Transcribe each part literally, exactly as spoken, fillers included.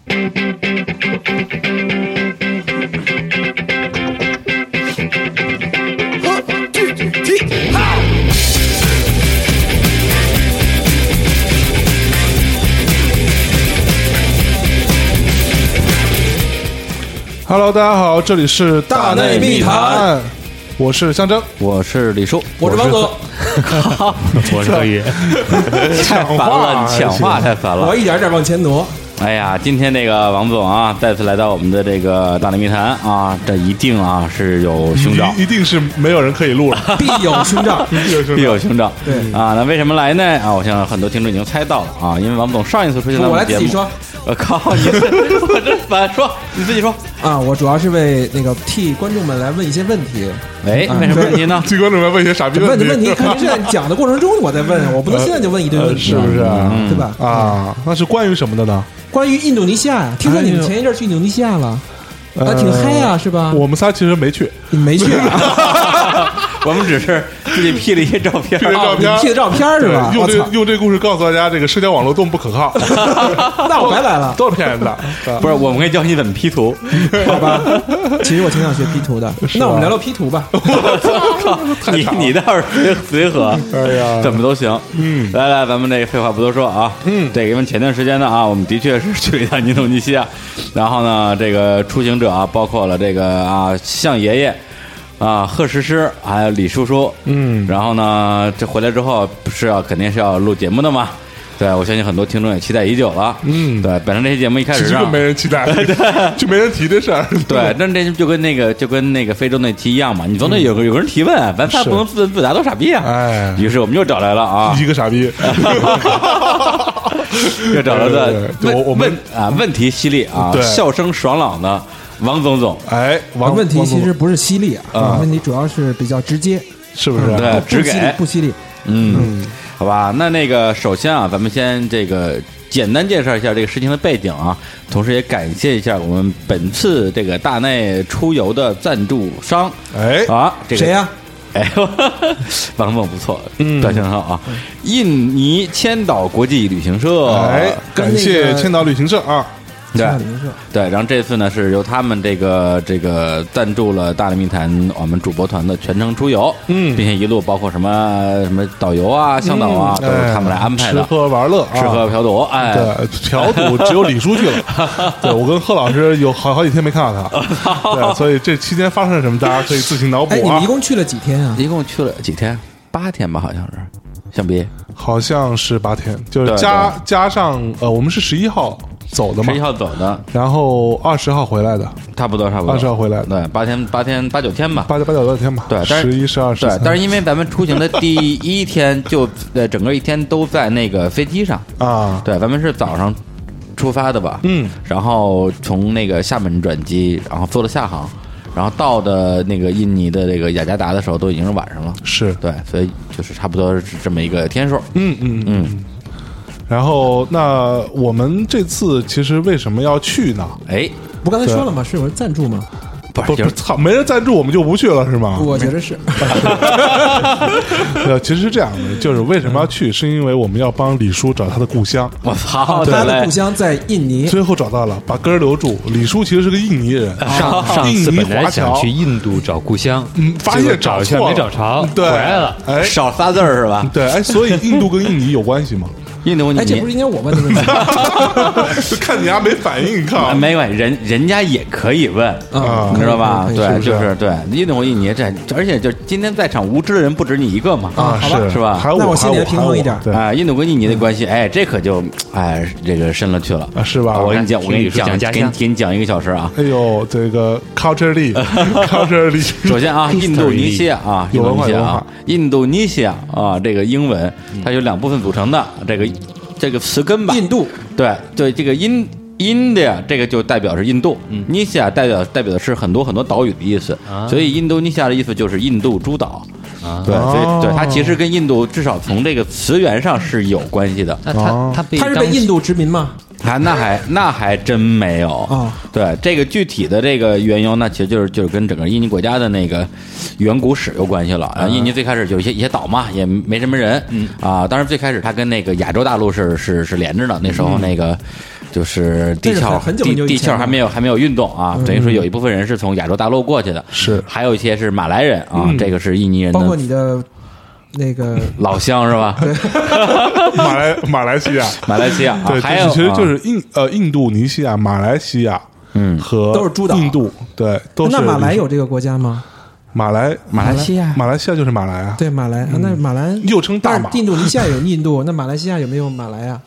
Hello， 大家好，这里是大内密谈， 我是象征， 我是李叔， 我是王总， 我是可以， 太烦了，抢话太烦了， 我一点点往前挪。 哎呀，今天这个王总啊，再次来到我们的这个大内密谈啊，这一定啊是有凶兆， 一, 一定是没有人可以录了， 必有凶兆， 必有凶兆。 对啊，那为什么来呢？啊，我相信很多听众已经猜到了啊，因为王总上一次出现在我们节目， 我来自己说。 我靠，你是我这烦说，你自己说啊！我主要是为那个替观众们来问一些问题。 哎，问什么问题呢？ 替观众们问一些傻逼问题。 问的问题肯定是在讲的过程中我在问，我不能现在就问一堆问题， 是不是？ 对吧？ 啊，那是关于什么的呢？ 关于印度尼西亚呀，听说你们前一阵去印度尼西亚了，啊，挺嗨啊，是吧？ 我们仨其实没去， 你没去啊？ 我们只是自己 P 了一些照片 ，P 的照片 ，P 的照片是吧？ 用这用这故事告诉大家，这个社交网络多么不可靠。 那我白来了， 都是骗人的。 不是，我们可以教你怎么 P 图， 好吧？其实我挺想学 P 图的，那我们聊聊 P 图吧。 你你倒是随随和， 哎呀， 怎么都行。 嗯， 来来，咱们这个废话不多说啊。嗯，这个因为前段时间呢啊，我们的确是去了一趟印度尼西亚，然后呢，这个出行者啊，包括了这个啊，向爷爷。啊，贺诗诗还有李叔叔， 嗯， 然后呢，这回来之后不是要肯定是要录节目的嘛？对，我相信很多听众也期待已久了，嗯，对，本身这些节目一开始就没人期待，就没人提这事儿， 对，但这就跟那个就跟那个非洲那期一样嘛，你总得有个有个人提问，咱仨不能自自答都傻逼啊， 哎， 于是我们又找来了啊， 一个傻逼， 又找来了问我们啊问题犀利啊，笑声爽朗的。王总总， 哎， 王问题其实不是犀利啊，问题主要是比较直接， 是不是？ 对，直给不犀利。 嗯，好吧，那那个首先啊，咱们先这个简单介绍一下这个事情的背景啊，同时也感谢一下我们本次这个大内出游的赞助商。 哎啊，这个谁呀？ 哎，王总不错，嗯，表现很好啊。印尼千岛国际旅行社， 哎，感谢千岛旅行社啊。 对对，然后这次呢是由他们这个这个赞助了大内密谈我们主播团的全程出游，嗯，并且一路包括什么什么导游啊、向导啊，都是他们来安排的， 吃喝玩乐， 吃喝嫖赌，哎， 对，嫖赌只有李叔去了，对我跟贺老师有好好几天没看到他，对，所以这期间发生了什么，大家可以自行脑补啊。 哎，你们一共去了几天啊？ 一共去了几天？八天吧，好像是，相比好像是八天，就是加加上呃，我们是十一号。走的嘛， 十一号走的， 然后二十号回来的， 差不多差不多， 二十号回来的， 对，八天八天八九天吧， 八八九多天吧， 对， 十一十二十对，但是因为咱们出行的第一天就呃整个一天都在那个飞机上啊， 对，咱们是早上出发的吧， 嗯， 然后从那个厦门转机，然后坐了厦航。然后到的那个印尼的这个雅加达的时候，都已经是晚上了。 是对，所以就是差不多是这么一个天数。 嗯嗯嗯。然后，那我们这次其实为什么要去呢？ 哎， 不刚才说了吗？是有人赞助吗？ 不是， 操，没人赞助我们就不去了是吗？ 我觉得是。 呃，其实是这样的，就是为什么要去，是因为我们要帮李叔找他的故乡。 我操， 他的故乡在印尼， 最后找到了，把根儿留住。李叔其实是个印尼人， 上上次本来想去印度找故乡， 嗯，发现找一下没找着， 对， 回来了， 哎， 少仨字儿是吧？ 对，哎，所以印度跟印尼有关系吗？ 印度， 哎，这不是应该我问的问题？ 就看你丫没反应，你看， 没关系，人人家也可以问啊，知道吧？对，就是对，印度和印尼这，而且就今天在场无知的人不止你一个嘛， 啊， 是是吧？ 那我心里平衡一点， 啊，印度跟印尼的关系，哎，这可就哎，这个深了去了啊，是吧？ 我跟你讲，我跟你讲，给你给你讲一个小时啊！ 哎呦，这个 culturally，culturally， 首先啊，印度尼西亚啊，印度尼西亚啊，印度尼西亚啊，这个英文它有两部分组成的，这个。这个词根吧， 印度， 对对，这个 in India 这个就代表是印度，尼西亚代表代表的是很多很多岛屿的意思，所以印度尼西亚的意思就是印度诸岛。对，所以对它其实跟印度至少从这个词源上是有关系的。 那它它它是被印度殖民吗？ 啊，那还那还真没有啊。对， 这个具体的这个缘由，那其实就是就是跟整个印尼国家的那个远古史有关系了。啊，印尼最开始有一些一些岛嘛，也没什么人，嗯啊，当然最开始它跟那个亚洲大陆是是是连着的，那时候那个。 就是地壳地地壳还没有还没有运动啊，等于说有一部分人是从亚洲大陆过去的， 是还有一些是马来人啊，这个是印尼人， 包括你的。那个老乡是吧？ 马来马来西亚， 马来西亚， 对， 还有其实就是印呃印度尼西亚、马来西亚， 嗯， 和都是诸岛， 印度对，都是。 那马来有这个国家吗？ 马来马来西亚， 马来西亚就是马来啊， 对，马来啊，那马来又称大马。 印度尼西亚有印度，那马来西亚有没有马来啊？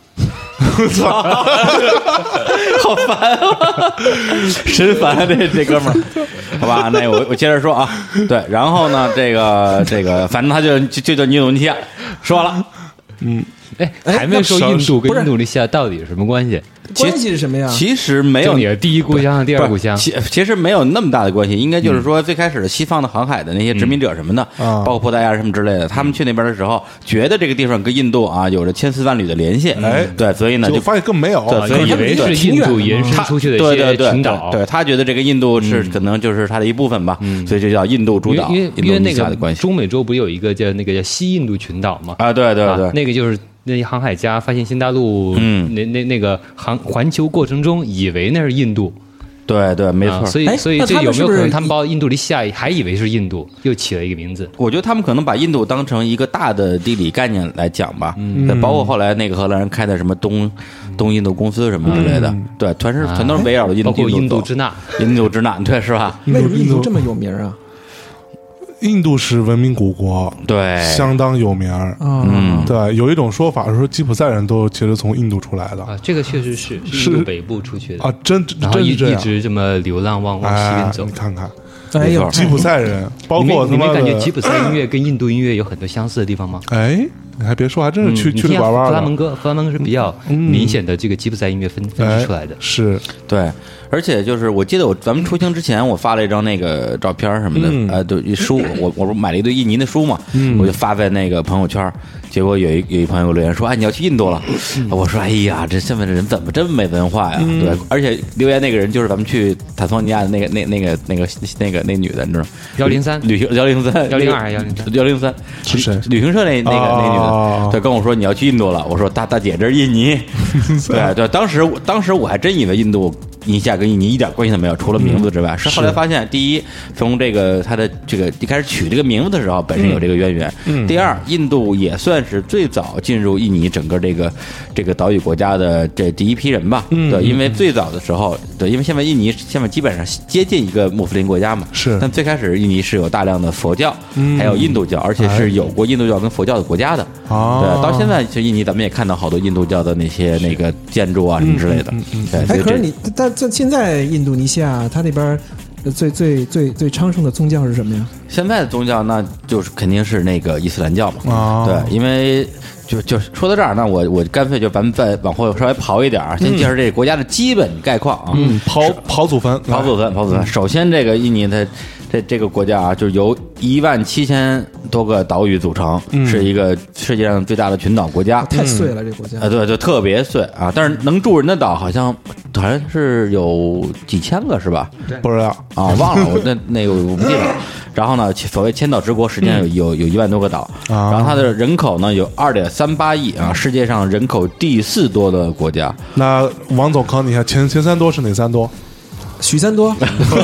好烦啊，真烦啊！这这哥们儿，好吧，那我我接着说啊，对，然后呢，这个这个，反正他就就就叫印度尼西亚，说完了， 嗯，哎，还没说印度跟印度尼西亚到底有什么关系？ 关系是什么呀？ 其实没有， 你的第一故乡、第二故乡， 其其实没有那么大的关系。应该就是说，最开始的西方的航海的那些殖民者什么的， 嗯、 包括葡萄牙什么之类的，他们去那边的时候，觉得这个地方跟印度啊有着千丝万缕的联系。 哎， 对，所以呢就发现根本没有， 对，所以以为是印度延伸出去的一些群岛。 对，他觉得这个印度是可能就是他的一部分吧，所以就叫印度诸岛。 因为因为那个关系， 中美洲不有一个叫那个叫西印度群岛吗？ 啊，对对对， 那个就是。那些航海家发现新大陆， 嗯， 那那那个航环球过程中，以为那是印度， 对对，没错。 啊、所以所以这有没有可能他们把印度尼西亚还以为是印度，又起了一个名字？ 我觉得他们可能把印度当成一个大的地理概念来讲吧， 嗯， 包括后来那个荷兰人开的什么东东印度公司什么之类的， 嗯、 对，全是全都是围绕着印度， 包括印度支那， 印度支那，对，是吧？ 为什么印度这么有名啊？ 印度是文明古国， 对， 相当有名儿。 嗯， 对，有一种说法是说吉普赛人都其实从印度出来的啊，这个确实是是印度北部出去的啊，真然后一真一直这么流浪往往西边走。 哎、你看看， 哎呦， 吉普赛人，包括你们感觉吉普赛音乐跟印度音乐有很多相似的地方吗？ 哎，你还别说，还真是去、 嗯、 去里玩玩的。 弗拉门戈，弗拉门戈是比较明显的这个吉普赛音乐分、嗯、分支出来的， 哎、是对。而且就是我记得我咱们出行之前，我发了一张那个照片什么的， 嗯、 呃，对，书，我我不买了一堆印尼的书嘛， 嗯、 我就发在那个朋友圈，结果有一有一朋友留言说，哎，你要去印度了，嗯、我说，哎呀，这现在的人怎么这么没文化呀？ 嗯、 对，而且留言那个人就是咱们去坦桑尼亚的那个那那个那个那个那女的，你知道吗？ 幺零三旅行幺零三幺零二幺零三幺零三是谁？ 旅行社那那个、哦、那女的，对，跟我说你要去印度了，我说大大姐这是印尼，对对，当时当时我还真以为印度。尼西亚跟印尼一点关系都没有，除了名字之外，嗯、是后来发现，第一，从这个他的这个一开始取这个名字的时候，本身有这个渊源； 嗯、 第二，印度也算是最早进入印尼整个这个这个岛屿国家的这第一批人吧。 嗯、 对，因为最早的时候，对，因为现在印尼现在基本上接近一个穆斯林国家嘛， 是， 但最开始印尼是有大量的佛教， 嗯、 还有印度教，而且是有过印度教跟佛教的国家的。 哦、 对，到现在其实印尼咱们也看到好多印度教的那些那个建筑啊什么之类的。 嗯嗯对， 哎，可是你但在现在。印度尼西亚，它那边最最最最昌盛的宗教是什么呀？ 现在的宗教那就是肯定是那个伊斯兰教嘛。 哦、 对，因为就就说到这儿，那我我干脆就咱们再往后稍微刨一点啊，先介绍这个国家的基本概况啊。 嗯，刨刨祖坟， 刨祖坟，刨祖坟。首先，这个印尼它这这个国家啊，就是由一万七千多个岛屿组成， 嗯、 是一个世界上最大的群岛国家。 太碎了，这国家啊，对，就特别碎啊。但是能住人的岛好像好像是有几千个，是吧？ 不知道啊，忘了我那那个我不记得了。然后呢，所谓千岛之国，实际上有有有一万多个岛， 啊、 然后它的人口呢有二点三八亿啊，世界上人口第四多的国家。 那王总考你一下，前前三多是哪三多？ 许三多。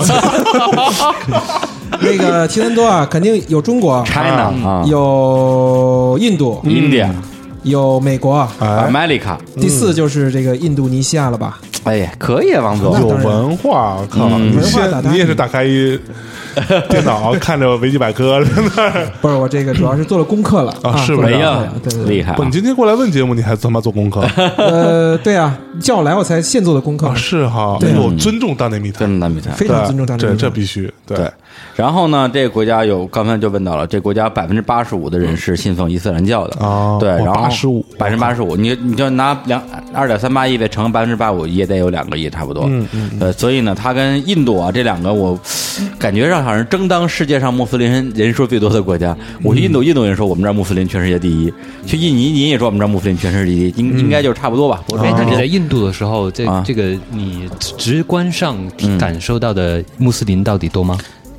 那个前三多啊，肯定有中国 China 啊， 有印度 India， 有美国 America， 第四就是这个印度尼西亚了吧？ 哎呀，可以啊，王总有文化，靠， 嗯、 你先你也是打开一电脑看着维基百科， 不是我这个主要是做了功课了啊，是不是？ 对对对， 厉害！ 不，你今天过来问节目，你还他妈做功课？ 呃，对啊，叫我来我才现做的功课。 啊、是哈， 对， 我尊重大内密探， 尊重大内密探， 非常尊重大内密探， 这这必须对。 对然后呢，这个国家有刚才就问到了，这国家百分之八十五的人是信奉伊斯兰教的啊。 对，然后八十五， 百分之八十五，你你就拿两二点三八亿呗，乘百分之八五，也得有两个亿差不多。 嗯嗯。 呃，所以呢，它跟印度啊这两个，我感觉上好像争当世界上穆斯林人数最多的国家。我去印度，印度人说我们这儿穆斯林全世界第一；去印尼，你也说我们这儿穆斯林全世界第一，应应该就是差不多吧？我哎，那你在印度的时候，这这个你直观上感受到的穆斯林到底多吗？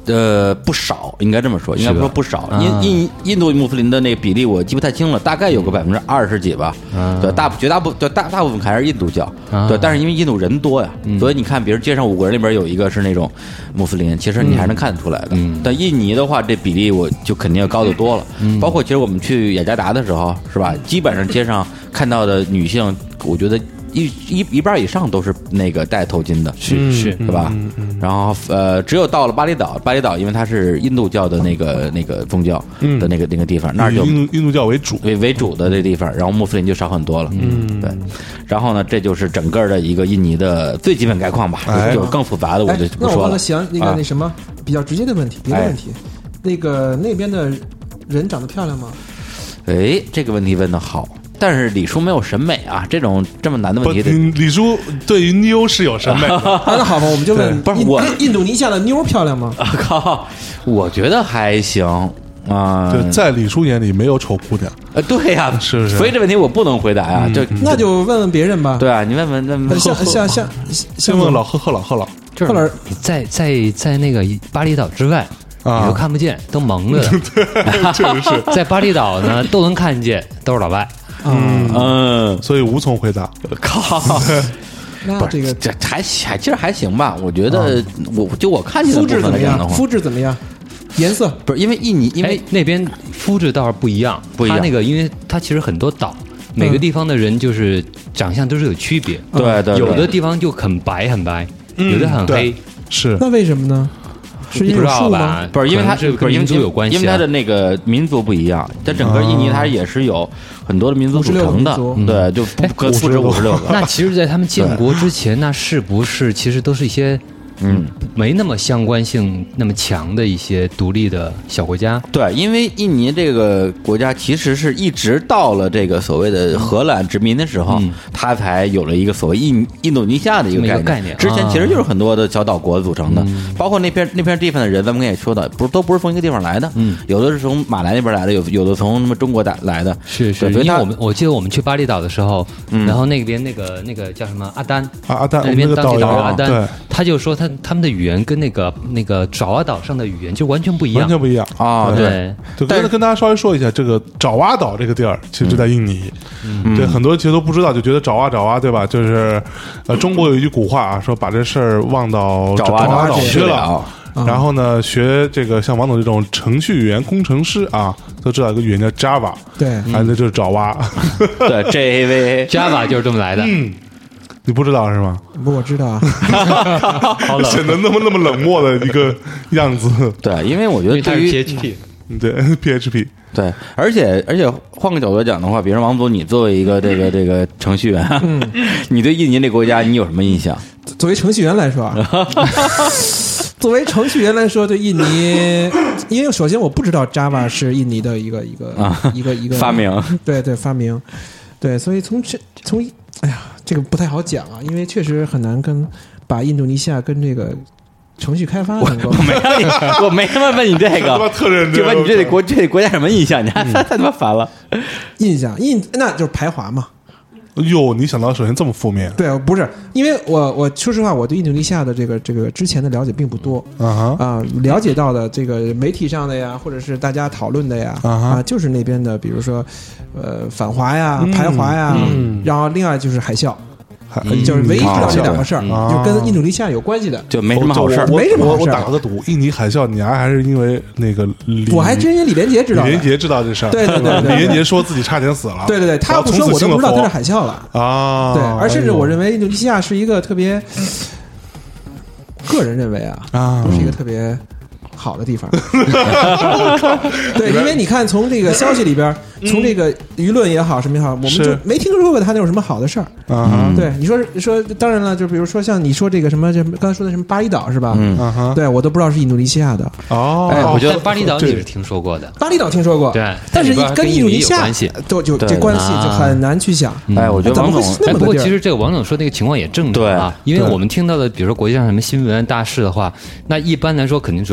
呃，不少，应该这么说，应该说不少。 啊印印印度穆斯林的那个比例我记不太清了，大概有个百分之二十几吧。 啊对，大绝大部对大大部分还是印度教。 啊对，但是因为印度人多呀， 嗯所以你看，比如街上五个人里边有一个是那种穆斯林，其实你还能看得出来的。 嗯但印尼的话，这比例我就肯定要高得多了。 嗯包括其实我们去雅加达的时候，是吧？基本上街上看到的女性，我觉得。一一一半以上都是那个戴头巾的， 是是是吧？ 嗯嗯然后呃，只有到了巴厘岛，巴厘岛因为它是印度教的那个那个宗教的那个、那个地方，那儿就以印度印度教为主。 为为主的这地方，然后穆斯林就少很多了。 嗯对。然后呢，这就是整个的一个印尼的最基本概况吧。 哎有更复杂的我哎就，不说了那我忘了。想那个啊那什么比较直接的问题，别的哎问题，那个那边的人长得漂亮吗？ 哎，这个问题问的好。但是李叔没有审美啊，这种这么难的不， 问题得， 李李叔对于妞是有审美的。 啊，那好吧，我们就问，印不是我印度尼西亚的妞漂亮吗？ 啊靠，我觉得还行啊。 就在李叔眼里没有丑姑娘。 呃，对呀、 是不是所以这问题我不能回答呀。就那就问问别人吧。 对啊，你问问问问。 像像像先像问老贺贺老贺老就是后来在在在那个巴厘岛之外， 啊你都看不见，都蒙着的。 确实是， 在巴厘岛呢，都能看见，都是老外。 嗯， 嗯， 所以无从回答。 靠， 那这个这还还其实还行吧。我觉得我就我看见的肤质怎么样？ 部分来讲的话， 肤质怎么样？颜色不是因为印尼，因为哎那边肤质倒是不一样， 不一样它那个，因为它其实很多岛，每个地方的人就是长相都是有区别。 对对， 有的地方就很白很白， 嗯有的很黑对，是那为什么呢？是因不知道为有树吗？ 吧？ 不是因为它可能是不是因为跟民族有关系啊， 因为它的那个民族不一样，在整个印尼它也是有很多的民族组成的五十六个民， 对，就不可不止五十六个。 那其实，在他们建国之前，那是不是其实都是一些嗯， 没那么相关性那么强的一些独立的小国家？ 对，因为印尼这个国家其实是一直到了这个所谓的荷兰殖民的时候， 嗯它才有了一个所谓印印度尼西亚的一个这么概念。 一个概念之前啊其实就是很多的小岛国组成的， 嗯包括那片那片地方的人，咱们刚才也说的，不是都不是从一个地方来的， 嗯， 有的是从马来那边来的，有有的从什么中国来来的， 是是， 对所以它因为我们我记得我们去巴厘岛的时候， 嗯然后那边那个那个叫什么阿丹， 啊，阿丹，我那们那个边当地导游导阿丹对， 他就说他他们的语言跟那个那个爪哇岛上的语言就完全不一样完。全不一样。 啊，对， 对， 就但是跟跟大家稍微说一下，这个爪哇岛这个地儿其实就在印尼， 嗯对，很多其实都不知道，就觉得爪哇爪哇，对吧？就是呃，中国有一句古话啊，说把这事儿忘到爪哇哇岛去了。 了， 然后呢，学这个像王总这种程序员工程师啊，都知道一个语言叫 Java， 对， 啊，那就是爪哇。 对，这位 Java 就是这么来的。 嗯，你不知道是吗？ 不，我知道啊。 好冷， 显得那么那么冷漠的一个样子。 对，因为我觉因为它是得对于 P H P。 对，P H P， 对，而且而且换个角度来讲的话，比如王总，你作为一个这个这个程序员，你对印尼这个国家你有什么印象？ 作为程序员来说啊，作为程序员来说，对印尼，因为首先我不知道 Java 是印尼的一个一个、 啊一个一个发明， 对对发明，对，所以从这从哎呀，这个不太好讲啊，因为确实很难跟把印度尼西亚跟这个程序开发能够我没让你，我没他妈问你这他妈个， 特认真。 就问你这国这得国家什么印象？你还太太他妈烦了。 印象印那就是排华嘛。 哟，你想到首先这么负面对，不是，因为我我说实话，我对印度尼西亚的这个这个之前的了解并不多啊哈啊、了解到的这个媒体上的呀，或者是大家讨论的呀， 啊哈啊，就是那边的，比如说呃反华呀、 嗯排华呀， 嗯然后另外就是海啸， 还就是唯一知道这两个事儿， 啊就跟印度尼西亚有关系的。 就没什么好事儿我。 没什么好我我事儿打了个赌，印尼海啸，你还还是因为那个李我还真因为李连杰知道的李连，杰知道这事儿。 对对对对对李连杰说自己差点死了。 对对对，他然后从此不说我都信了佛不知道他是海啸了。 啊。 对，而甚至我认为为印度尼西亚是一个特别，个人认为啊， 啊不是一个特别好的地方。对，因为你看，从这个消息里边，从这个舆论也好，什么也好，我们是就没听说过他那有什么好的事儿。 啊对，你说说，当然了，就比如说像你说这个什么，这刚才说的什么巴厘岛是吧？ 嗯啊哈对我都不知道是印度尼西亚的。 哦， 哎我觉得但巴厘岛这你是听说过的， 巴厘岛听说过， 对但是但你不知道跟跟印尼有印度尼西亚关系都就对这关系啊就很难去想。 哎，我觉得怎么会王总哎， 是那么个地儿？ 不过其实这个王总说那个情况也正常啊，因为对我们听到的，比如说国际上什么新闻大事的话，那一般来说肯定主要来自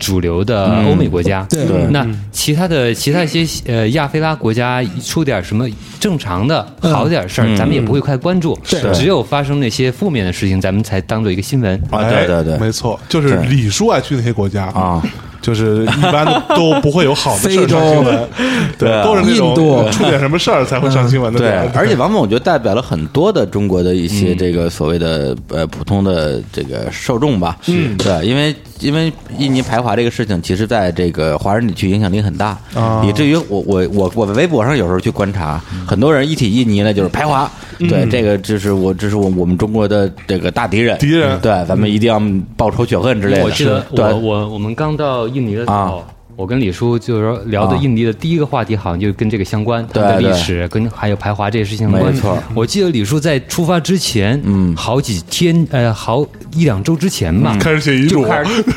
主流的欧美国家。 对对那其他的其他一些呃亚非拉国家出点什么正常的好点事儿， 嗯咱们也不会太关注。 对只有发生那些负面的事情，咱们才当做一个新闻。 啊，对对对哎没错，就是对李叔爱去那些国家啊， 就是一般都不会有好的事儿上新闻，对， 对啊都是那种印度出点什么事儿才会上新闻的地对儿。， 而且王蒙我觉得代表了很多的中国的一些这个所谓的呃普通的这个受众吧。嗯，对，因为因为印尼排华这个事情，其实在这个华人地区影响力很大， 啊以至于我我我我微博上有时候去观察，很多人一提印尼呢就是排华，对，这个这是我这是我我们中国的这个大敌人， 敌人对，咱们一定要报仇雪恨之类的。 我记得对我我我们刚到印尼的时候。 啊我跟李叔就是说聊的印尼的第一个话题，好像就跟这个相关，他们的对历史跟还有排华这些事情相关。 没错， 我记得李叔在出发之前， 嗯好几天，呃，好一两周之前吧， 开始写遗嘱， 就开始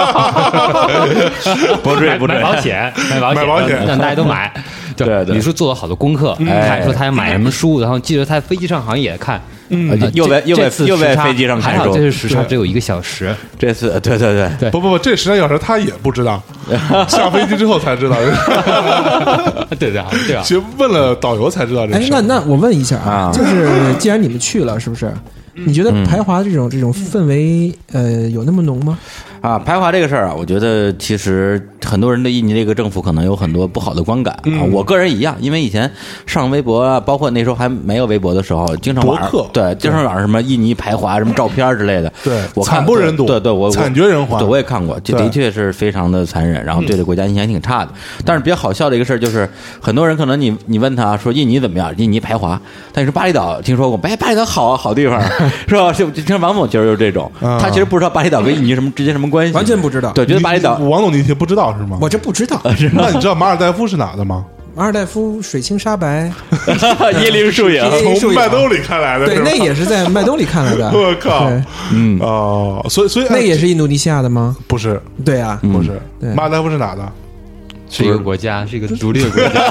不至于不至于买保险，买保险， 买保险让大家都买。 对对李叔做了好多功课，他还说他要买什么书，然后记得他在飞机上好像也看。 嗯呃又在又在这这次时差又在飞机上看书还好这次时差对只有一个小时。 这次对对对对不不不，这十三小时他也不知道，下飞机之后才知道， 对对啊对啊， 其实问了导游才知道这哎， 事儿。 那那我问一下啊就是既然你们去了，是不是？你觉得排华这种这种氛围，呃，有那么浓吗？ 啊，排华这个事儿啊，我觉得其实很多人对印尼这个政府可能有很多不好的观感啊。我个人一样，因为以前上微博啊，包括那时候还没有微博的时候，经常网上博客对，经常网上什么印尼排华什么照片之类的， 对我看惨不忍睹对对，我我惨绝人寰对，我也看过，这对的确是非常的残忍，然后对这个国家印象挺差的。但是比较好笑的一个事儿就是，很多人可能你你问他说印尼怎么样，印尼排华，但是巴厘岛听说过，哎，巴厘岛好啊，好地方是吧？就就听王总其实就是这种， 啊他其实不知道巴厘岛跟印尼什么之间什么关系， 完全不知道对，觉得巴厘岛你王总你也不知道是吗？ 我这不知道。 那你知道马尔代夫是哪的吗？ 马尔代夫水清沙白， 椰林树影， 从麦兜里看来的， 对， 是吧那也是在麦兜里看来的。 我靠对， 嗯， 哦，所以所以那也是印度尼西亚的吗？ 不是对啊， 不是对马尔代夫是哪的？ 是一个国家，是一个独立的国家。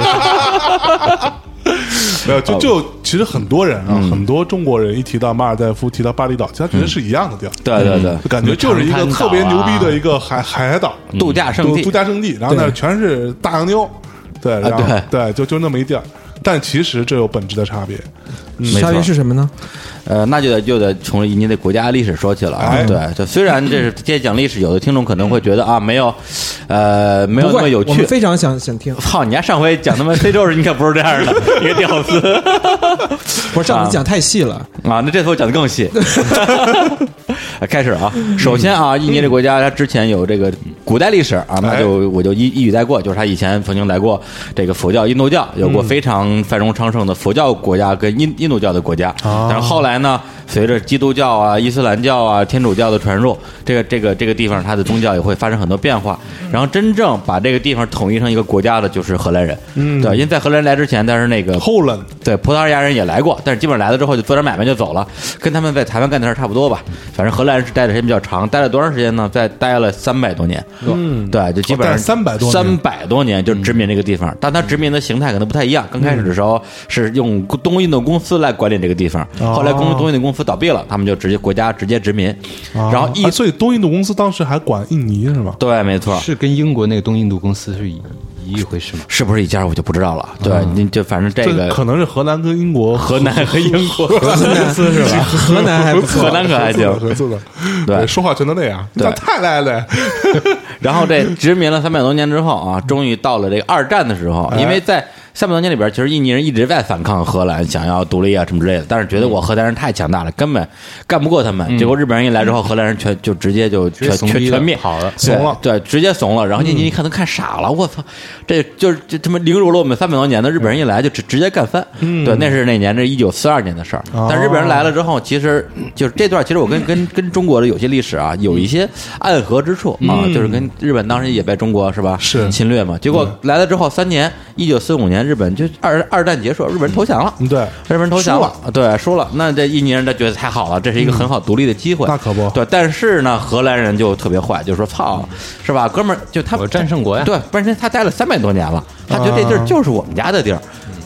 没有，就就其实很多人啊，很多中国人一提到马尔代夫，提到巴厘岛，其实他觉得是一样的地儿， 对对对， 就感觉就是一个特别牛逼的一个海海岛度假胜地度度，假胜地，然后那儿全是大洋妞，对，然后对对，就就那么一地儿，但其实这有本质的差别。 没错差别是什么呢？ 呃，那就得就得从印尼的国家历史说起了啊。 哎对，就虽然这是接讲历史，有的听众可能会觉得啊，没有，呃，没有不会， 那么有趣我们。非常想想听。 操，你还上回讲他妈非洲时，你可不是这样的，一个屌丝我上次讲太细了， 啊！那这次我讲的更细。开始啊，首先啊，印尼这国家它之前有这个古代历史啊，那就我就一一语带过，就是它以前曾经来过这个佛教、印度教，有过非常繁荣昌盛的佛教国家跟印印度教的国家。但是后来呢，随着基督教啊、伊斯兰教啊、天主教的传入，这个这个这个地方它的宗教也会发生很多变化。然后真正把这个地方统一成一个国家的，就是荷兰人。嗯，对，因为在荷兰人来之前，但是那个 Holland 对，葡萄牙人也来过，但是基本上来了之后就做点买卖就走了，跟他们在台湾干的事儿差不多吧。反正荷兰人是待的时间比较长，待了多长时间呢？在待了三百多年。嗯，对，就基本上三百多年三百多年就殖民这个地方，但他殖民的形态可能不太一样。刚开始的时候是用东印度公司来管理这个地方，后来公东印度公司倒闭了，他们就直接国家直接殖民，然后一啊所以东印度公司当时还管印尼是吗？ 对，没错， 是跟英国那个东印度公司是一一回事吗？ 是不是一家我就不知道了。对，您就反正这个可能是荷兰跟英国河南和英国河南是吧？河南还不错， 河南可还行， 合作的， 对说话全都那样， 对那太来了。 然后这殖民了三百多年之后啊，终于到了这个二战的时候，因为在三百多年里边，其实印尼人一直在反抗荷兰，想要独立啊什么之类的，但是觉得我荷兰人太强大了，根本干不过他们。结果日本人一来之后，荷兰人全就直接就全怂逼了全全灭， 好了对怂了对，直接怂了。然后印尼一看都看傻了，我操，这就是这他妈凌辱了我们三百多年的日本人一来就直直接干翻。对，那是那年，这一九四二年的事儿。但日本人来了之后，其实就是这段，其实我跟跟跟中国的有些历史啊，有一些暗合之处啊，就是跟日本当时也被中国是吧是侵略嘛。结果来了之后三年，一九四五年日本就二二战结束，日本人投降了。 对， 日本人投降了，对，输了。那这印尼人他觉得太好了，这是一个很好独立的机会。 那可不对，但是呢，荷兰人就特别坏，就说操，是吧，哥们儿，就他我战胜国呀对，不然他待了三百多年了，他觉得这地儿就是我们家的地儿。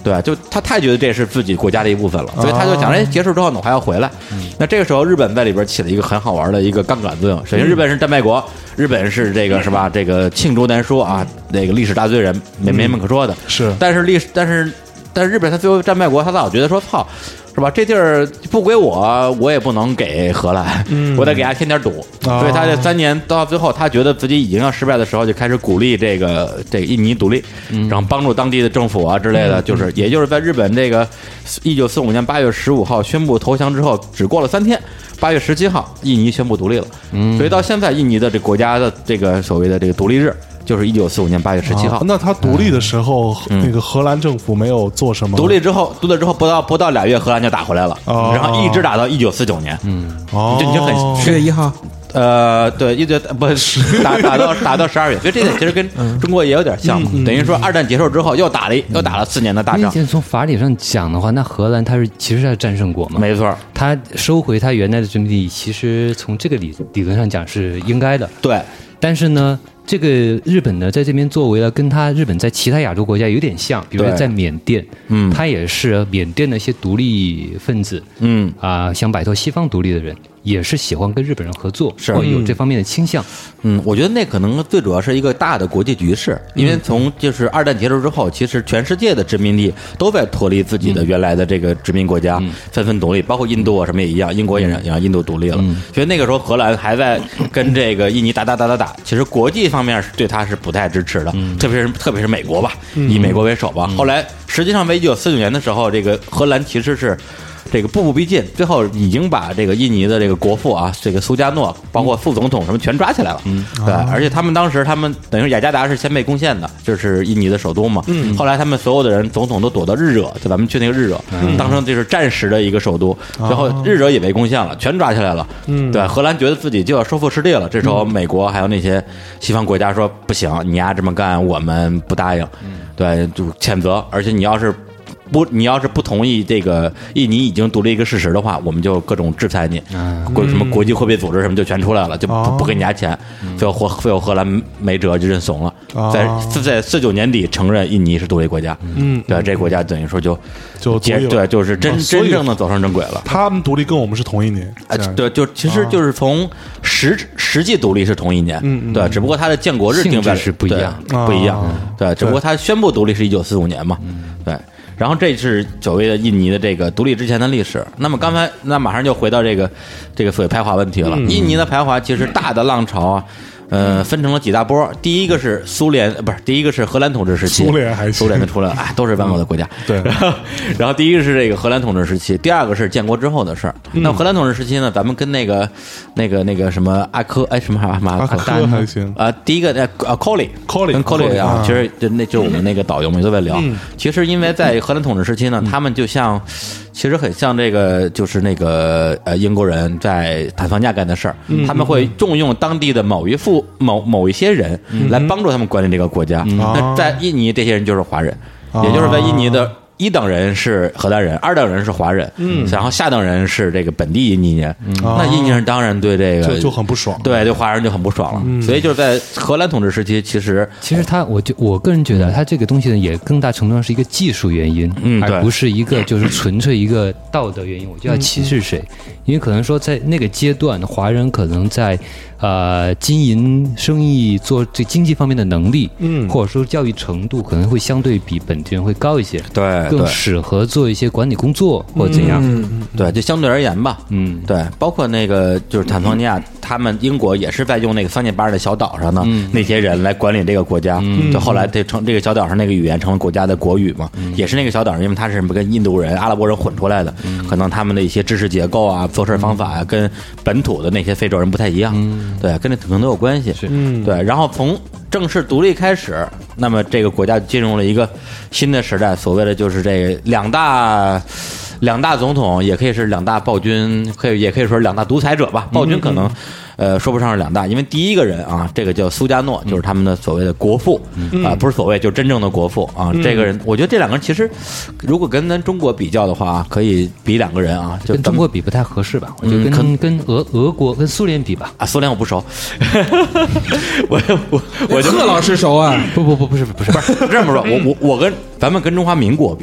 对，就他太觉得这是自己国家的一部分了，所以他就想，哎，结束之后呢，我还要回来。那这个时候，日本在里边起了一个很好玩的一个杠杆作用。首先，日本是战败国，日本是这个是吧？这个罄竹难书啊，那个历史大罪人，没没什么可说的。 是， 但是历史，但是但是日本他最后战败国，他老觉得说，操。是吧？这地儿不归我，我也不能给荷兰，嗯、我得给他添点堵。哦、所以他这三年到最后，他觉得自己已经要失败的时候，就开始鼓励这个这个印尼独立，嗯、然后帮助当地的政府啊之类的。嗯、就是，也就是在日本这个一九四五年八月十五号宣布投降之后，只过了三天，八月十七号，印尼宣布独立了。嗯，所以到现在，印尼的这国家的这个所谓的这个独立日。就是一九四五年八月十七号、 啊。那他独立的时候，嗯、那个荷兰政府没有做什么？ 独立之后，独立之后不到不到俩月，荷兰就打回来了，哦、然后一直打到一九四九年。嗯，哦，就已经很十月一号。 呃，对，一直不打打到打到十二月，所以这点其实跟中国也有点像嘛。嗯、等于说，二战结束之后又打了又打了四年的大仗。 从法理上讲的话，那荷兰它是其实是战胜国嘛？ 没错， 他收回他原来的殖民地，其实从这个理理论上讲是应该的。 对， 但是呢。这个日本呢，在这边作为了跟他日本在其他亚洲国家有点像，比如说在缅甸，嗯，他也是缅甸的一些独立分子，嗯啊、呃，想摆脱西方独立的人，也是喜欢跟日本人合作， 是或有这方面的倾向。 嗯，我觉得那可能最主要是一个大的国际局势，因为从就是二战结束之后，其实全世界的殖民地都在脱离自己的原来的这个殖民国家，嗯、纷纷独立，包括印度啊什么也一样，英国也让也让印度独立了。嗯、所以那个时候荷兰还在跟这个印尼打打打打打，其实国际方面是对他是不太支持的，嗯、特别是特别是美国吧，嗯、以美国为首吧。嗯、后来实际上在一九四九年的时候，这个荷兰其实是。这个步步逼近，最后已经把这个印尼的这个国父啊，这个苏加诺，包括副总统什么全抓起来了。嗯，对，而且他们当时他们等于雅加达是先被攻陷的，就是印尼的首都嘛。嗯，后来他们所有的人总统都躲到日惹，就咱们去那个日惹，嗯、当成就是战时的一个首都。最后日惹也被攻陷了，全抓起来了。嗯，对，荷兰觉得自己就要收复失地了，这时候美国还有那些西方国家说不行，你丫这么干我们不答应。嗯，对，就谴责，而且你要是。不，你要是不同意这个印尼已经独立一个事实的话，我们就各种制裁你，国、嗯、什么国际货币组织什么就全出来了，就不、哦、不给你家钱。最后荷最后荷兰没辙就认怂了，哦、在在四九年底承认印尼是独立国家。嗯，对，这个国家等于说就就对，就是真、哦、真正的走上正轨了。 他们独立跟我们是同一年， 啊、对，就其实就是从实实际独立是同一年，嗯、对，只不过它的建国日定在是不一样， 不一样，对，只不过它宣布独立是一九四五年嘛，对。然后这是所谓的印尼的这个独立之前的历史。那么刚才那马上就回到这个这个所谓排华问题了。嗯、印尼的排华其实大的浪潮啊，呃，分成了几大波。第一个是苏联，不是第一个是荷兰统治时期， 苏联还苏联的出来了，哎，都是万恶的国家。 对。 然后，然后第一个是这个荷兰统治时期，第二个是建国之后的事儿。嗯、那荷兰统治时期呢，咱们跟那个那个那个什么阿科哎什么什么阿科还行啊，第一个呃啊 Coley Coley 跟 Coley 啊，其实就那就是我们那个导游们都在聊。嗯、其实因为在荷兰统治时期呢，他们就像。其实很像这个，就是那个呃，英国人在坦桑尼亚干的事儿，嗯、他们会重用当地的某一副某某一些人来帮助他们管理这个国家。嗯、那在印尼，这些人就是华人，啊、也就是在印尼的。一等人是荷兰人，二等人是华人，嗯，然后下等人是这个本地印尼人，嗯、那印尼人当然对这个就就很不爽， 对，对华人就很不爽了。嗯、所以就是在荷兰统治时期，其实其实他，我就我个人觉得，他这个东西呢，也更大程度上是一个技术原因，嗯，而不是一个就是纯粹一个道德原因。我就要歧视谁？嗯、因为可能说在那个阶段，华人可能在。呃，经营生意做这经济方面的能力，嗯，或者说教育程度可能会相对比本地人会高一些， 对， 更适合做一些管理工作或者怎样， 嗯，对，就相对而言吧，嗯，对，包括那个就是坦桑尼亚，他们英国也是在用那个桑涅巴尔的小岛上呢，嗯、那些人来管理这个国家，嗯、就后来这成这个小岛上那个语言成了国家的国语嘛，嗯、也是那个小岛上，因为它是跟印度人、阿拉伯人混出来的，嗯、可能他们的一些知识结构啊、做事方法啊，嗯、跟本土的那些非洲人不太一样，嗯对，跟这可能都有关系。 是， 嗯，对。然后从正式独立开始，那么这个国家进入了一个新的时代，所谓的就是这个两大两大总统，也可以是两大暴君，可以也可以说是两大独裁者吧。暴君可能。嗯嗯呃，说不上是两大，因为第一个人啊，这个叫苏加诺，就是他们的所谓的国父啊、嗯呃，不是所谓，就是真正的国父啊。嗯、这个人，我觉得这两个人其实，如果跟咱中国比较的话，可以比两个人啊，就跟中国比不太合适吧？我就跟、嗯、跟俄俄国跟苏联比吧。 啊，苏联我不熟，我我我就贺老师熟啊？ 不不不不是不是不是这么说，我我我跟咱们跟中华民国比。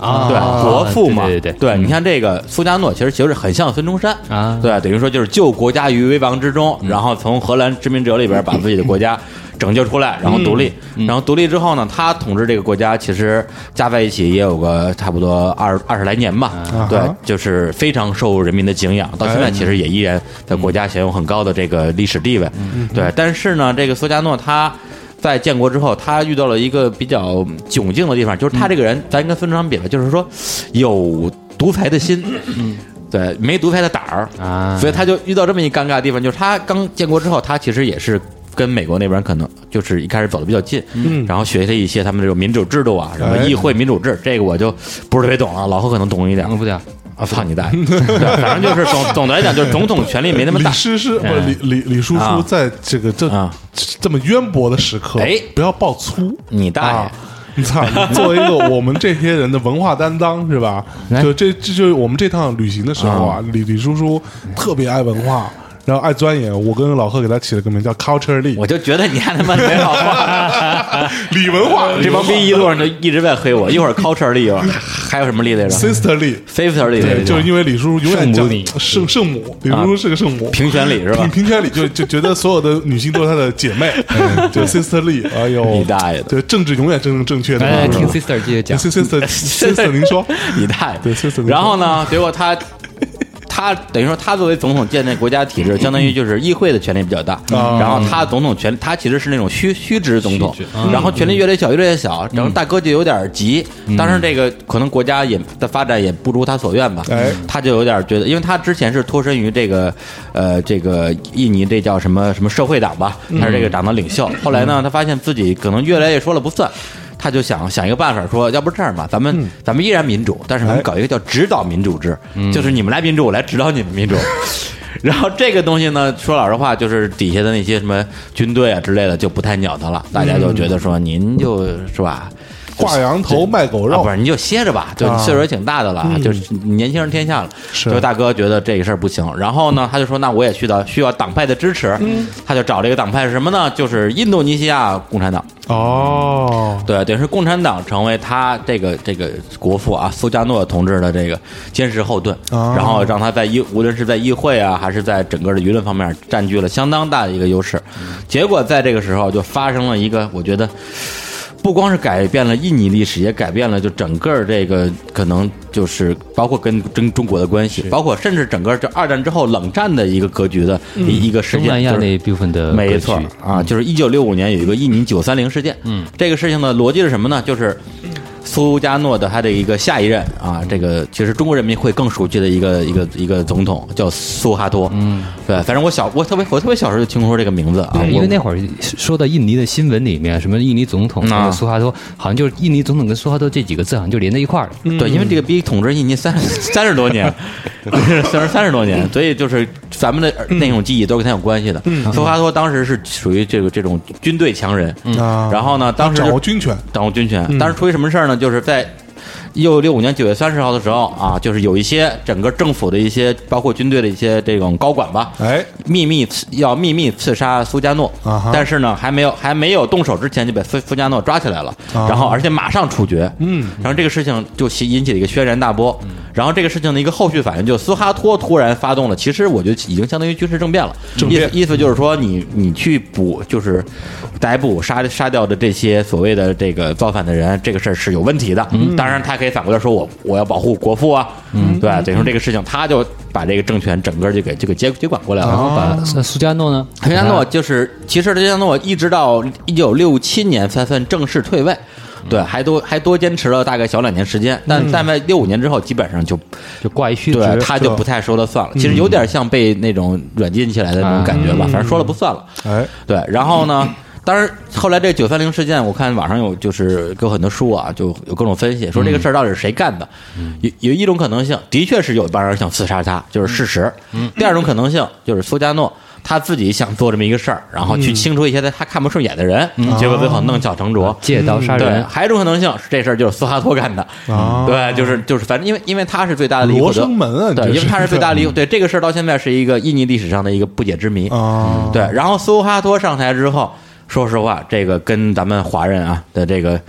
啊，对，国父嘛， 对对对， 对，你看这个苏加诺其实其实很像孙中山啊， 对，等于说就是救国家于危亡之中，然后从荷兰殖民者里边把自己的国家拯救出来，然后独立，然后独立之后呢，他统治这个国家其实加在一起也有个差不多二二十来年吧，对，就是非常受人民的敬仰，到现在其实也依然在国家享有很高的这个历史地位，对，但是呢，这个苏加诺他在建国之后，他遇到了一个比较窘境的地方，就是他这个人，咱跟孙中山比了，就是说有独裁的心，嗯，对，没独裁的胆儿啊，所以他就遇到这么一尴尬的地方，就是他刚建国之后，他其实也是跟美国那边可能就是一开始走的比较近，嗯，然后学了一些他们这种民主制度啊，什么议会民主制，这个我就不是特别懂了，老何可能懂一点， 嗯，不对。 啊，操你大爷！对，反正就是总总的来讲，就是总统权力没那么大。 李师师不是李李李叔叔，在这个这这么渊博的时刻， 哎， 不要爆粗， 你大爷！ 你操！作为一个我们这些人的文化担当是吧？就这这就是我们这趟旅行的时候啊，李李叔叔特别爱文化。然后爱钻研，我跟老贺给他起了个名叫 Culture Lee， 我就觉得你还他妈没好话， 李文化， 这帮逼一路上就一直在黑我，一会儿 Culture Lee， 还有什么 Lee 来着 ？Sister Lee，Sister Lee， 对，就是因为李叔叔永远讲圣圣母，李叔叔是个圣母， 平权礼是吧？ 平平权礼就就觉得所有的女性都是他的姐妹，就 Sister Lee， 哎呦， 你大爷的， 对，政治永远正正正确的。 哎，听 Sister 继续讲 ，Sister Sister 您说， 你大爷， 对 Sister， 然后呢，结果他。他等于说，他作为总统建立国家体制，相当于就是议会的权力比较大。嗯、然后他总统权，他其实是那种虚虚职总统，嗯、然后权力越来越小，越来越小。然后大哥就有点急，嗯、当然这个可能国家也的发展也不如他所愿吧。哎、他就有点觉得，因为他之前是脱身于这个呃这个印尼这叫什么什么社会党吧，他是这个党的领袖。后来呢，他发现自己可能越来越说了不算。他就想想一个办法，说要不这样吧，咱们、嗯、咱们依然民主，但是我们搞一个叫指导民主制，嗯、就是你们来民主，我来指导你们民主。然后这个东西呢，说老实话，就是底下的那些什么军队啊之类的就不太鸟他了，大家就觉得说您就是吧。 挂羊头卖狗肉， 啊、不是你就歇着吧，就岁数也挺大的了，啊、就是年轻人天下了。 是， 就大哥觉得这个事儿不行，然后呢，他就说那我也需要需要党派的支持，嗯、他就找这个党派是什么呢？就是印度尼西亚共产党。 哦， 对，等于是共产党成为他这个这个国父啊苏加诺同志的这个坚实后盾，哦、然后让他在议无论是在议会啊，还是在整个的舆论方面占据了相当大的一个优势。嗯、结果在这个时候就发生了一个，我觉得。不光是改变了印尼历史，也改变了就整个这个可能就是包括跟跟中国的关系，包括甚至整个这二战之后冷战的一个格局的一、嗯、一个事件。 东南亚那一部分的没错啊，就是一九六五年有一个印尼九三零事件。嗯，这个事情的逻辑是什么呢？就是苏加诺的他的一个下一任啊，这个其实中国人民会更熟悉的一个一个一个总统叫苏哈托。嗯，对，反正我小我特别我特别小时候就听说这个名字啊， 因为那会儿说到印尼的新闻里面，什么印尼总统那个苏哈托，好像就是印尼总统跟苏哈托这几个字好像就连在一块儿了。 嗯、对，因为这个逼统治印尼三三十多年，三十三十多年，所以就是咱们的那种记忆都跟他有关系的。嗯、苏哈托当时是属于这个这种军队强人，嗯、然后呢，当时掌握军权， 掌握军权。当时出于什么事儿呢？就是在一九六五年九月三十号的时候啊，就是有一些整个政府的一些，包括军队的一些这种高管吧，哎，秘密要秘密刺杀苏加诺，啊、但是呢，还没有还没有动手之前就被苏苏加诺抓起来了，啊、然后而且马上处决，嗯，然后这个事情就引起了一个轩然大波，嗯、然后这个事情的一个后续反应，就苏哈托突然发动了，其实我觉得已经相当于军事政变了， 政变意思意思就是说你你去捕就是逮捕杀杀掉的这些所谓的这个造反的人，这个事儿是有问题的，嗯，当然他可以反过来说我我要保护国父啊，嗯，对，等于说这个事情他就把这个政权整个就给就给接接管过来了， 然后把那苏加诺呢？ 苏加诺就是其实苏加诺一直到一九六七年才算正式退位。对，还多还多坚持了大概小两年时间，但但在六五年之后，基本上就就挂一虚职， 对，他就不太说了算了。其实有点像被那种软禁起来的那种感觉吧，反正说了不算了。哎，对，然后呢，当然后来这九三零事件，我看网上有就是有很多书啊，就有各种分析，说这个事儿到底是谁干的。有有一种可能性，的确是有一帮人想刺杀他，就是事实。第二种可能性就是苏加诺。他自己想做这么一个事儿，然后去清除一些他看不顺眼的人，嗯、结果最后弄巧成拙， 借刀杀人。 对，还有一种可能性是这事儿就是苏哈托干的，啊、对，就是就是反正因为因为他是最大的利益罗生门啊， 对，因为他是最大的利益，对这个事儿到现在是一个印尼历史上的一个不解之谜啊。对，然后苏哈托上台之后，说实话，这个跟咱们华人啊的这个。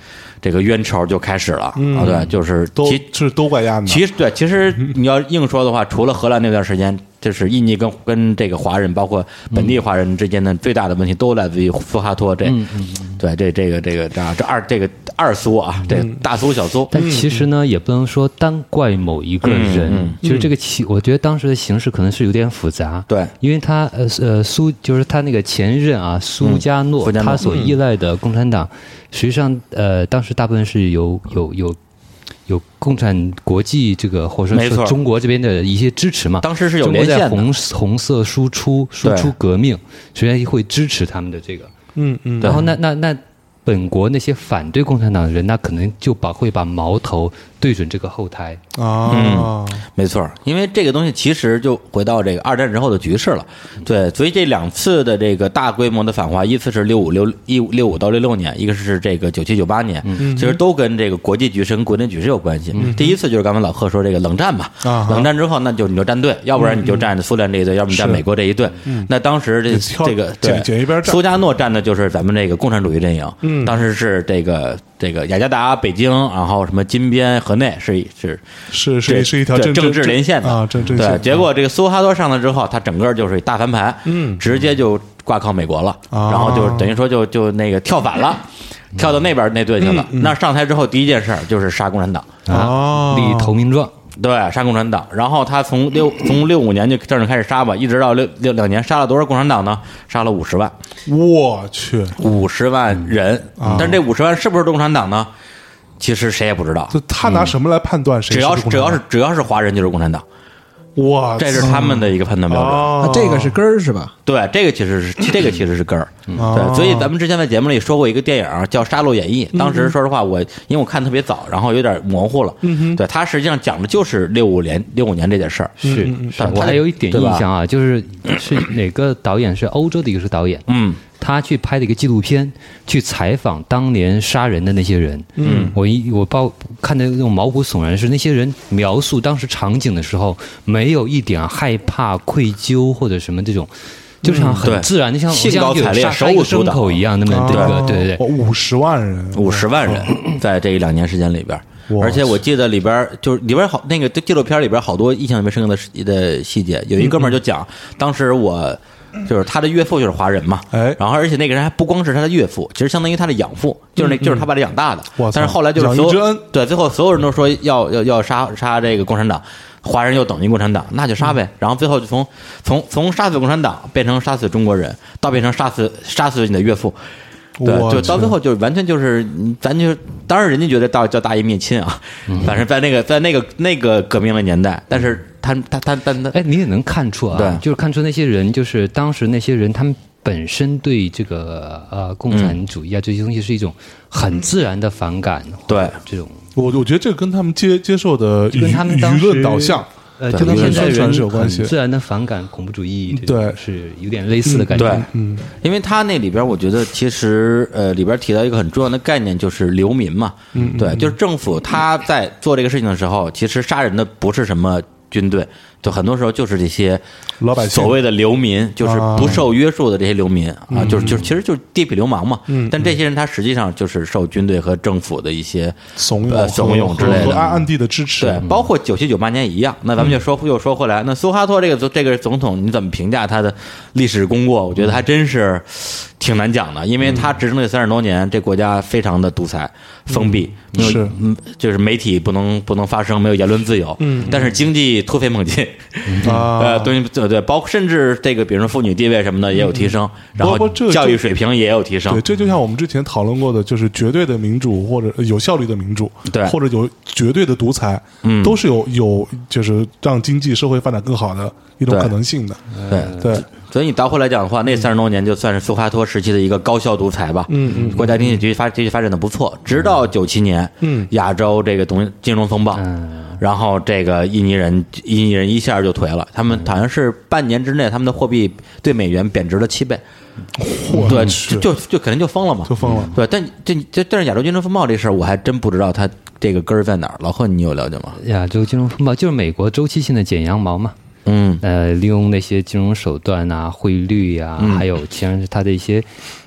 这个冤仇就开始了、 嗯、 啊，对，就是都是都怪亚的。 其实对，其实你要硬说的话，除了荷兰那段时间，就是印尼跟跟这个华人，包括本地华人之间的最大的问题，都来自于苏哈托这， 嗯嗯嗯对，这这个这个这这二这个二苏啊，这个大苏小苏。 但其实呢，也不能说单怪某一个人， 嗯嗯、 就是这个其，我觉得当时的形势可能是有点复杂。 对， 因为他呃呃苏，就是他那个前任啊，苏加诺， 嗯、 他所依赖的共产党，实际上呃，当时大部分是有有有。有共产国际这个，或者说中国这边的一些支持嘛？ 当时是有连线的， 红红色输出输出革命，实际上会支持他们的这个。 嗯嗯。 然后那那那本国那些反对共产党的人，那可能就把会把矛头对准这个后台啊、 嗯，没错，因为这个东西其实就回到这个二战之后的局势了，对，所以这两次的这个大规模的反华，一次是六五六一六五到六六年，一个是这个九七九八年，嗯，其实都跟这个国际局势跟国内局势有关系。嗯、第一次就是刚才老贺说这个冷战嘛，啊、冷战之后那就你就站队，要不然你就站苏联这一队，嗯、要不然你站美国这一队。嗯、那当时这这个对苏加诺站的就是咱们这个共产主义阵营，嗯，当时是这个。这个雅加达、北京，然后什么金边、河内是是是是是一条政政治连线的啊，政治对。结果这个苏哈托上来之后，他整个就是大翻盘，嗯，直接就挂靠美国了， 啊、 然后就等于说就就那个跳反了，嗯、跳到那边那队去了。嗯嗯、那上台之后第一件事就是杀共产党啊，立投名状。 对，杀共产党，然后他从六从六五年就正式开始杀吧，一直到六六两年，杀了多少共产党呢？杀了五十万。 我去， 五十万人，嗯、但是这五十万是不是共产党呢？其实谁也不知道。 就他拿什么来判断谁是共产党？ 只要是只要是只要是华人就是共产党。 哇， 这是他们的一个判断标准。 啊，这个是根儿是吧？ 对，这个其实是这个其实是根儿。对，所以咱们之前在节目里说过一个电影叫《杀戮演义》，当时说实话我因为我看特别早，然后有点模糊了。嗯对，它实际上讲的就是六五年六五年这件事儿。 是，我还有一点印象啊，就是是哪个导演是欧洲的一个是导演，嗯。他去拍了一个纪录片，去采访当年杀人的那些人。嗯，我一我包看的那种毛骨悚然，是那些人描述当时场景的时候，没有一点害怕、愧疚或者什么这种，就像很自然的，像兴高采烈、 杀一个牲口一样。那么这个，对对对， 五十万人， 五十万人，在这一两年时间里边。而且我记得里边就是里边好那个纪录片里边好多印象特别深刻的的细节，有一哥们儿就讲，当时我。就是他的岳父就是华人嘛，哎，然后而且那个人还不光是他的岳父，其实相当于他的养父，就是那就是他把他养大的。但是后来就是所有对最后所有人都说要要要杀杀这个共产党，华人又等于共产党，那就杀呗。然后最后就从从从杀死共产党变成杀死中国人，到变成杀死杀死你的岳父。对，就到最后就完全就是，咱就当然人家觉得到叫大义灭亲啊，反正在那个在那个那个革命的年代，但是他他他他他， 哎，你也能看出啊， 对， 就是看出那些人，就是当时那些人，他们本身对这个呃共产主义啊、嗯、这些东西是一种很自然的反感， 对这种， 我我觉得这个跟他们接接受的跟他们舆论导向。 呃，就跟现在人是有关系， 自然的反感恐怖主义， 对， 是有点类似的感觉。 对，嗯，因为他那里边，我觉得其实呃里边提到一个很重要的概念，就是流民嘛。嗯，对，就是政府他在做这个事情的时候，其实杀人的不是什么军队，就很多时候就是这些老百姓， 所谓的流民，就是不受约束的这些流民啊，啊就是就是其实就是地痞流氓嘛。嗯，但这些人他实际上就是受军队和政府的一些怂恿、 呃、怂恿之类的， 和暗暗地的支持。 对，包括九七九八年也一样。那咱们就说、嗯、又说回来，那苏哈托这个这个总统，你怎么评价他的历史功过？我觉得还真是挺难讲的，因为他执政这三十多年，这国家非常的独裁、封闭， 嗯、是嗯，就是媒体不能不能发声，没有言论自由。嗯，但是经济突飞猛进。 啊， 呃，对对对，包括甚至这个，比如说妇女地位什么的也有提升，嗯、然后教育水平也有提升。 对，这就像我们之前讨论过的，就是绝对的民主或者有效率的民主， 对， 或者有绝对的独裁， 嗯， 都是有有就是让经济社会发展更好的一种可能性的。 对对。 所以你倒回来讲的话，那三十多年就算是苏哈托时期的一个高效独裁吧。 嗯嗯， 国家经济继续发继续发展的不错，直到九七年， 嗯， 亚洲这个东金融风暴， 嗯， 然后这个印尼人印尼人一下就颓了，他们好像是半年之内，他们的货币对美元贬值了七倍。对，就就就肯定就疯了嘛， 就疯了。 对，但这这但是亚洲金融风暴这事儿，我还真不知道它这个根儿在哪儿。老贺，你有了解吗？ 亚洲金融风暴就是美国周期性的剪羊毛嘛。 嗯， 呃，利用那些金融手段啊、汇率啊， 嗯、 还有其实它的一些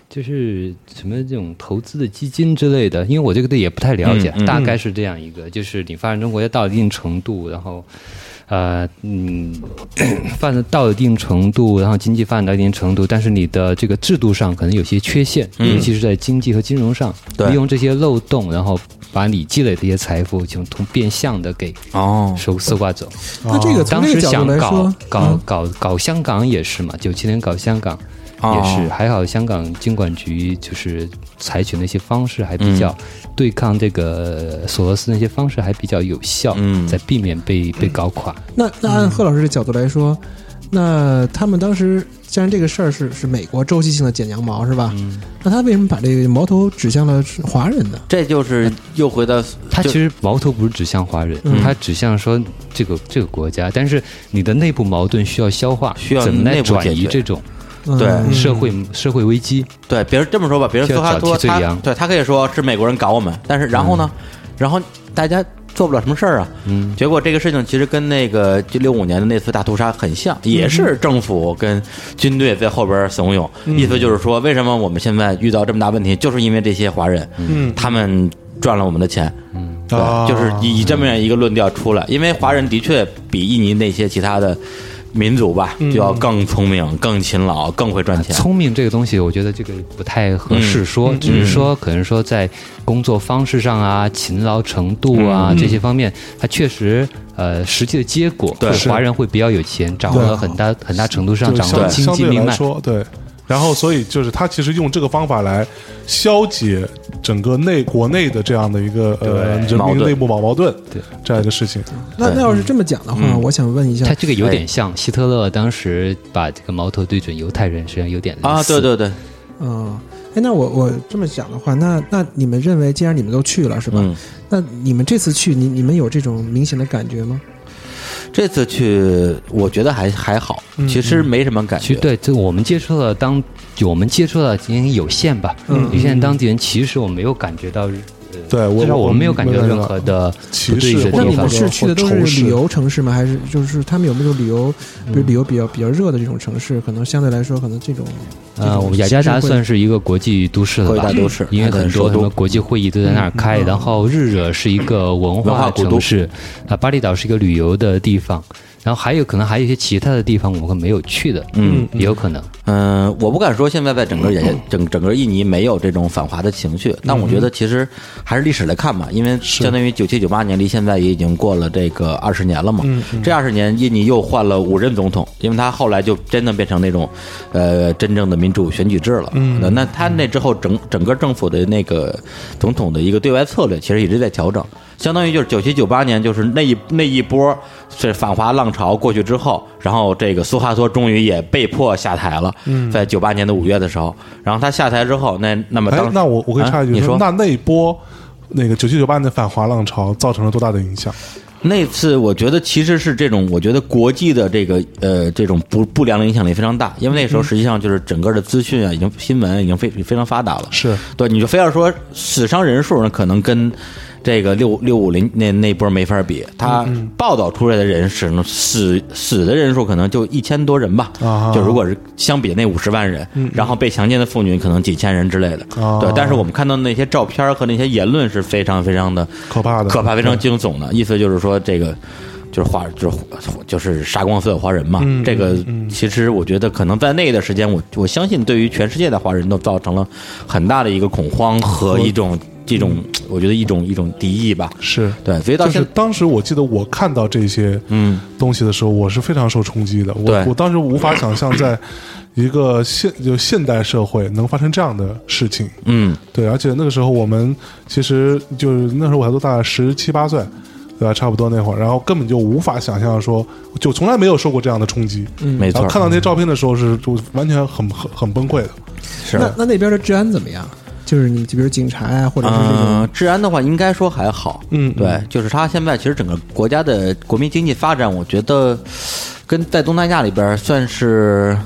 就是什么这种投资的基金之类的，因为我这个对也不太了解， 嗯嗯、 大概是这样一个，就是你发展中国家到一定程度，然后。呃，嗯，发展到一定程度，然后经济发展到一定程度，但是你的这个制度上可能有些缺陷， 嗯、 尤其是在经济和金融上，利用这些漏洞，然后把你积累的一些财富，就从变相的给哦收丝刮走。 哦、那这个当时想搞搞嗯、 搞搞香港也是嘛，九七年搞香港。也是， 哦、 还好香港金管局就是采取那些方式还比较、嗯、对抗这个索罗斯那些方式还比较有效， 嗯， 在避免被被搞垮。 那那按贺老师的角度来说，那他们当时既然这个事儿是是美国周期性的剪羊毛是吧？嗯，那他为什么把这个矛头指向了华人呢？ 这就是又回到他其实矛头不是指向华人， 嗯、 他指向说这个这个国家，但是你的内部矛盾需要消化， 需要怎么来转移这种。 对、 嗯、社会社会危机， 对，别人这么说吧，别人梭哈多他对他可以说是美国人搞我们，但是然后呢，嗯、然后大家做不了什么事儿啊，嗯，结果这个事情其实跟那个就六五年的那次大屠杀很像，嗯、也是政府跟军队在后边怂恿，嗯、意思就是说，为什么我们现在遇到这么大问题，就是因为这些华人，嗯，他们赚了我们的钱，嗯，对，啊、就是以这么样一个论调出来，因为华人的确比印尼那些其他的。民族吧，就要更聪明、嗯、更勤劳、更会赚钱。 聪明这个东西，我觉得这个不太合适说，嗯、只是说可能说在工作方式上啊、勤劳程度啊、嗯、这些方面，它确实呃实际的结果， 对华人会比较有钱，掌握了很大很大程度上掌握了经济命脉。 对。然后，所以就是他其实用这个方法来消解整个内国内的这样的一个呃人民内部矛盾， 对这样一个事情。 那那要是这么讲的话，嗯、我想问一下， 他这个有点像希特勒当时把这个矛头对准犹太人，实际上有点类似啊，对对对， 嗯，哎，那我我这么讲的话，那那你们认为，既然你们都去了，是吧？嗯、那你们这次去，你你们有这种明显的感觉吗？ 这次去，我觉得还还好，其实没什么感觉。 其实对，这我们接触了当我们接触了因为有限吧， 嗯， 有限当地人，其实我没有感觉到。 对， 至少我们没有感觉到任何的歧视。 那你们是去的都是旅游城市吗？还是就是他们有没有旅游，比如旅游比较比较热的这种城市？可能相对来说，可能这种呃，我们雅加达算是一个国际都市了吧？ 国际都市， 因为很多什么国际会议都在那儿开。然后日惹是一个文化城市，啊，巴厘岛是一个旅游的地方。然后还有可能还有一些其他的地方我们没有去的， 嗯， 也有可能。 嗯、呃，我不敢说现在在整个也整整个印尼没有这种反华的情绪，但我觉得其实还是历史来看吧，因为相当于九七九八年离现在也已经过了这个二十年了嘛。 嗯嗯、 这二十年印尼又换了五任总统，因为他后来就真的变成那种呃真正的民主选举制了。 嗯， 那他那之后整整个政府的那个总统的一个对外策略其实一直在调整。相当于就是九七九八年，就是那一那一波是反华浪潮过去之后，然后这个苏哈托终于也被迫下台了。 嗯， 在九八年的五月的时候，然后他下台之后，那那么当那我我可以插一句， 啊、你说那那一波那个九七九八年的反华浪潮造成了多大的影响？ 那次我觉得其实是这种，我觉得国际的这个呃这种不不良的影响力非常大，因为那时候实际上就是整个的资讯啊，已经新闻已经非非常发达了。 是对，你就非要说死伤人数呢，可能跟这个六六五零那那波没法比，他报道出来的人是死死的人数可能就一千多人吧， 啊、 就如果是相比那五十万人， 嗯、 然后被强奸的妇女可能几千人之类的， 啊、 对。但是我们看到那些照片和那些言论是非常非常的可怕的， 可怕，非常惊悚的。意思就是说，这个就是华就是就是杀光所有华人嘛。 嗯、 这个其实我觉得可能在那个时间，我我相信对于全世界的华人都造成了很大的一个恐慌和一种。这种我觉得一种一种敌意吧， 是对，所以到现在、 就是、当时我记得我看到这些嗯东西的时候，我是非常受冲击的。我我当时无法想象，在一个现就现代社会能发生这样的事情。 嗯， 对，而且那个时候我们其实就是那时候我还都大概十七八岁，对吧？差不多那会儿，然后根本就无法想象说，就从来没有受过这样的冲击。 嗯，没错。 看到那些照片的时候是就完全很很很崩溃的。 是。 那那那边的治安怎么样？就是你，比如警察呀、啊，或者是这种、 呃、治安的话，应该说还好。 嗯， 对，就是他现在其实整个国家的国民经济发展，我觉得跟在东南亚里边算是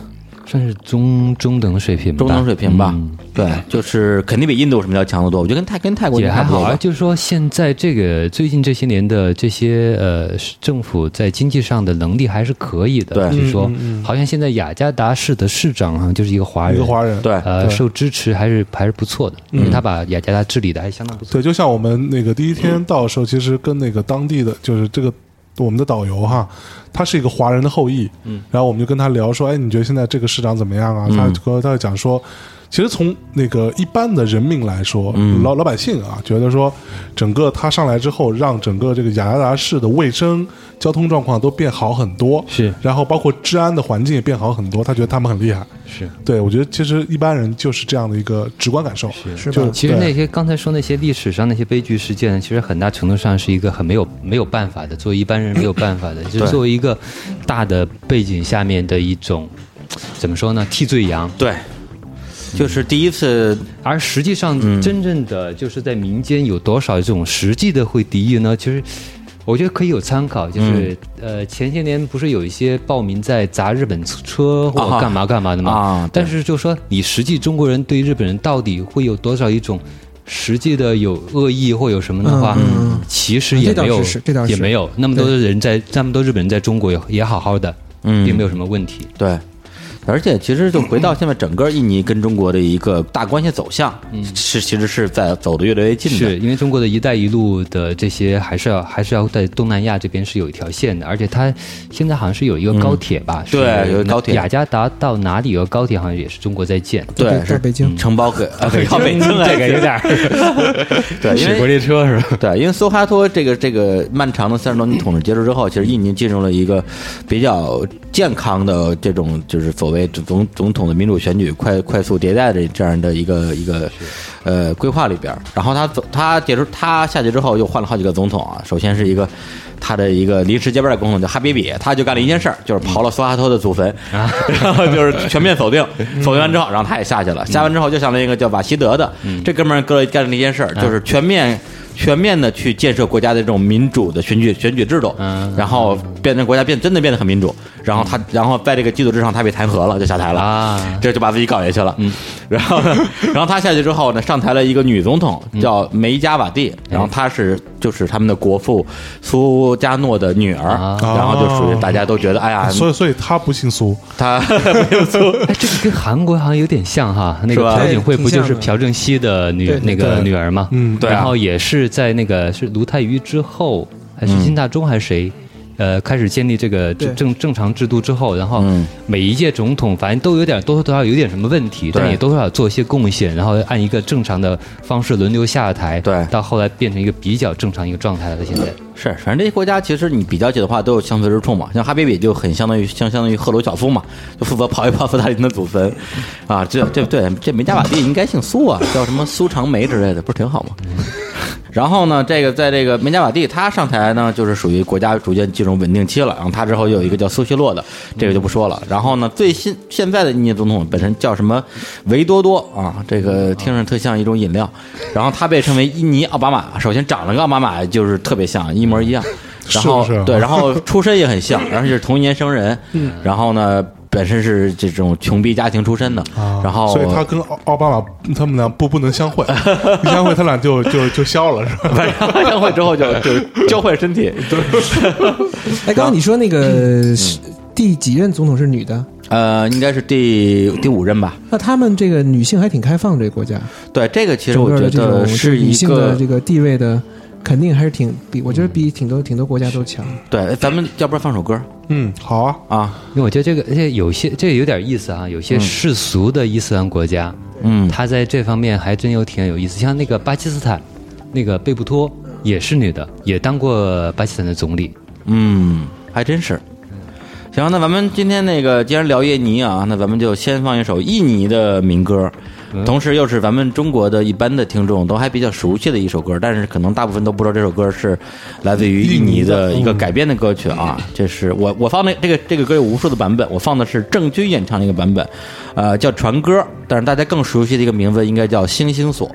算是中中等水平吧， 中等水平吧。嗯、对，就是肯定比印度什么要强得多。我觉得跟泰跟泰国也还好啊。 就是说，现在这个最近这些年的这些呃政府在经济上的能力还是可以的。 对， 就是说， 嗯嗯、 好像现在雅加达市的市长好像就是一个华人， 一个华人， 对， 呃，受支持还是还是不错的，因为他把雅加达治理的还相当不错。 对，就像我们那个第一天到的时候，其实跟那个当地的就是这个。我们的导游哈，他是一个华人的后裔，嗯，然后我们就跟他聊说，哎，你觉得现在这个市长怎么样啊？嗯、他他就讲说，其实从那个一般的人民来说，嗯、老老百姓啊，觉得说，整个他上来之后，让整个这个雅加达市的卫生、交通状况都变好很多， 是， 然后包括治安的环境也变好很多，他觉得他们很厉害， 是， 对我觉得其实一般人就是这样的一个直观感受， 是， 就其实那些刚才说那些历史上那些悲剧事件，其实很大程度上是一个很没有没有办法的，作为一般人没有办法的，就是作为一个大的背景下面的一种怎么说呢？替罪羊， 对。就是第一次， 而实际上真正的就是在民间有多少这种实际的会敌意呢？其实我觉得可以有参考，就是、嗯、呃前些年不是有一些暴民在砸日本车或者干嘛干嘛的吗？ 啊， 但是就说你实际中国人对日本人到底会有多少一种实际的有恶意或有什么的话， 嗯、 其实也没有，也没有那么多的人在，那么多日本人在中国也也好好的， 嗯， 并没有什么问题。 对。而且，其实就回到现在，整个印尼跟中国的一个大关系走向，嗯、是其实是在走得越来越近的。 是因为中国的一带一路的这些，还是要还是要在东南亚这边是有一条线的，而且它现在好像是有一个高铁吧？ 嗯、对，有个高铁。 雅加达到哪里有个高铁，好像也是中国在建。 对， 是北京承包给啊，到北京这个有点对，因为国列车是吧？ 对，因为苏哈托这个这个漫长的三十多年统治结束之后，其实印尼进入了一个比较健康的这种就是所谓总总。总统的民主选举快快速迭代的这样的一个一个呃规划里边，然后他走他结束他下去之后又换了好几个总统啊。首先是一个他的一个临时接班的总统叫哈比比，他就干了一件事儿，就是刨了苏哈托的祖坟，啊、然后就是全面否定，否定完之后，然后他也下去了，下完之后就想了一个叫瓦希德的，嗯、这哥们儿干了干了一件事儿，就是全面。全面的去建设国家的这种民主的选举选举制度，嗯，然后变成国家变真的变得很民主，然后他然后在这个基础之上他被弹劾了，就下台了啊，这就把自己搞下去了，嗯，然后然后他下去之后呢，上台了一个女总统叫梅加瓦蒂，然后她是就是他们的国父苏加诺的女儿，啊、然后就属于大家都觉得哎呀， 所以所以他不姓苏， 他不姓苏， 哎，这个跟韩国好像有点像哈，那个朴槿惠不就是朴正熙的女那个女儿吗？ 嗯， 对， 然后也是。在那个是卢泰愚之后，还是金大中还是谁？呃，开始建立这个正正常制度之后，然后每一届总统反正都有点多多少少有点什么问题，但也多多少少做一些贡献，然后按一个正常的方式轮流下台， 对， 到后来变成一个比较正常一个状态了。现在是，反正这些国家其实你比较起的话都有相似之处嘛，像哈比比就很相当于相相当于赫鲁晓夫嘛，就负责刨一刨斯大林的祖坟啊，这这对这梅加瓦蒂应该姓苏啊，叫什么苏长梅之类的，不是挺好吗？然后呢，这个在这个梅加瓦蒂他上台呢，就是属于国家逐渐进入稳定期了。然后他之后又有一个叫苏西洛的，这个就不说了。然后呢，最新现在的印尼总统本身叫什么维多多啊，这个听着特像一种饮料。然后他被称为印尼奥巴马，首先长得跟奥巴马就是特别像，一模一样。然后是是对，然后出身也很像，然后就是同一年生人。嗯，然后呢。本身是这种穷逼家庭出身的，啊、然后所以他跟奥奥巴马他们俩不不能相会，一相会他俩就就就消了，是吧？ 反正相会之后就就交换身体。 哎，刚刚你说那个、嗯、第几任总统是女的？ 呃，应该是第第五任吧。 那他们这个女性还挺开放，这个国家。 对，这个其实我觉得是一个女性的这个地位的。肯定还是挺比，我觉得比挺多挺多国家都强。 对，咱们要不然放首歌？ 嗯，好啊啊！ 因为我觉得这个，而且有些这个有点意思啊，有些世俗的伊斯兰国家，嗯，他在这方面还真有挺有意思。像那个巴基斯坦，那个贝布托也是女的，也当过巴基斯坦的总理。 嗯，还真是。行，那咱们今天那个既然聊印尼啊，那咱们就先放一首印尼的民歌。同时又是咱们中国的一般的听众都还比较熟悉的一首歌，但是可能大部分都不知道这首歌是来自于印尼的一个改编的歌曲啊。这是我我放的这个这个歌有无数的版本，我放的是郑钧演唱的一个版本，呃，叫传歌，但是大家更熟悉的一个名字应该叫星星锁。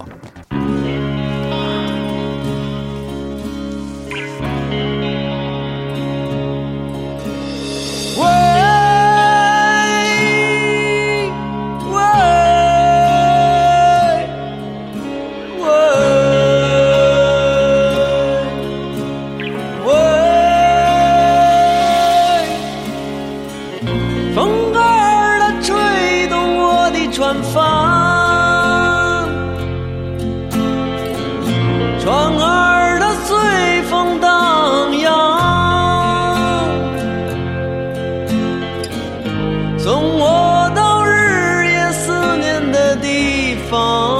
船帆，船儿它随风荡漾，送我到日夜思念的地方。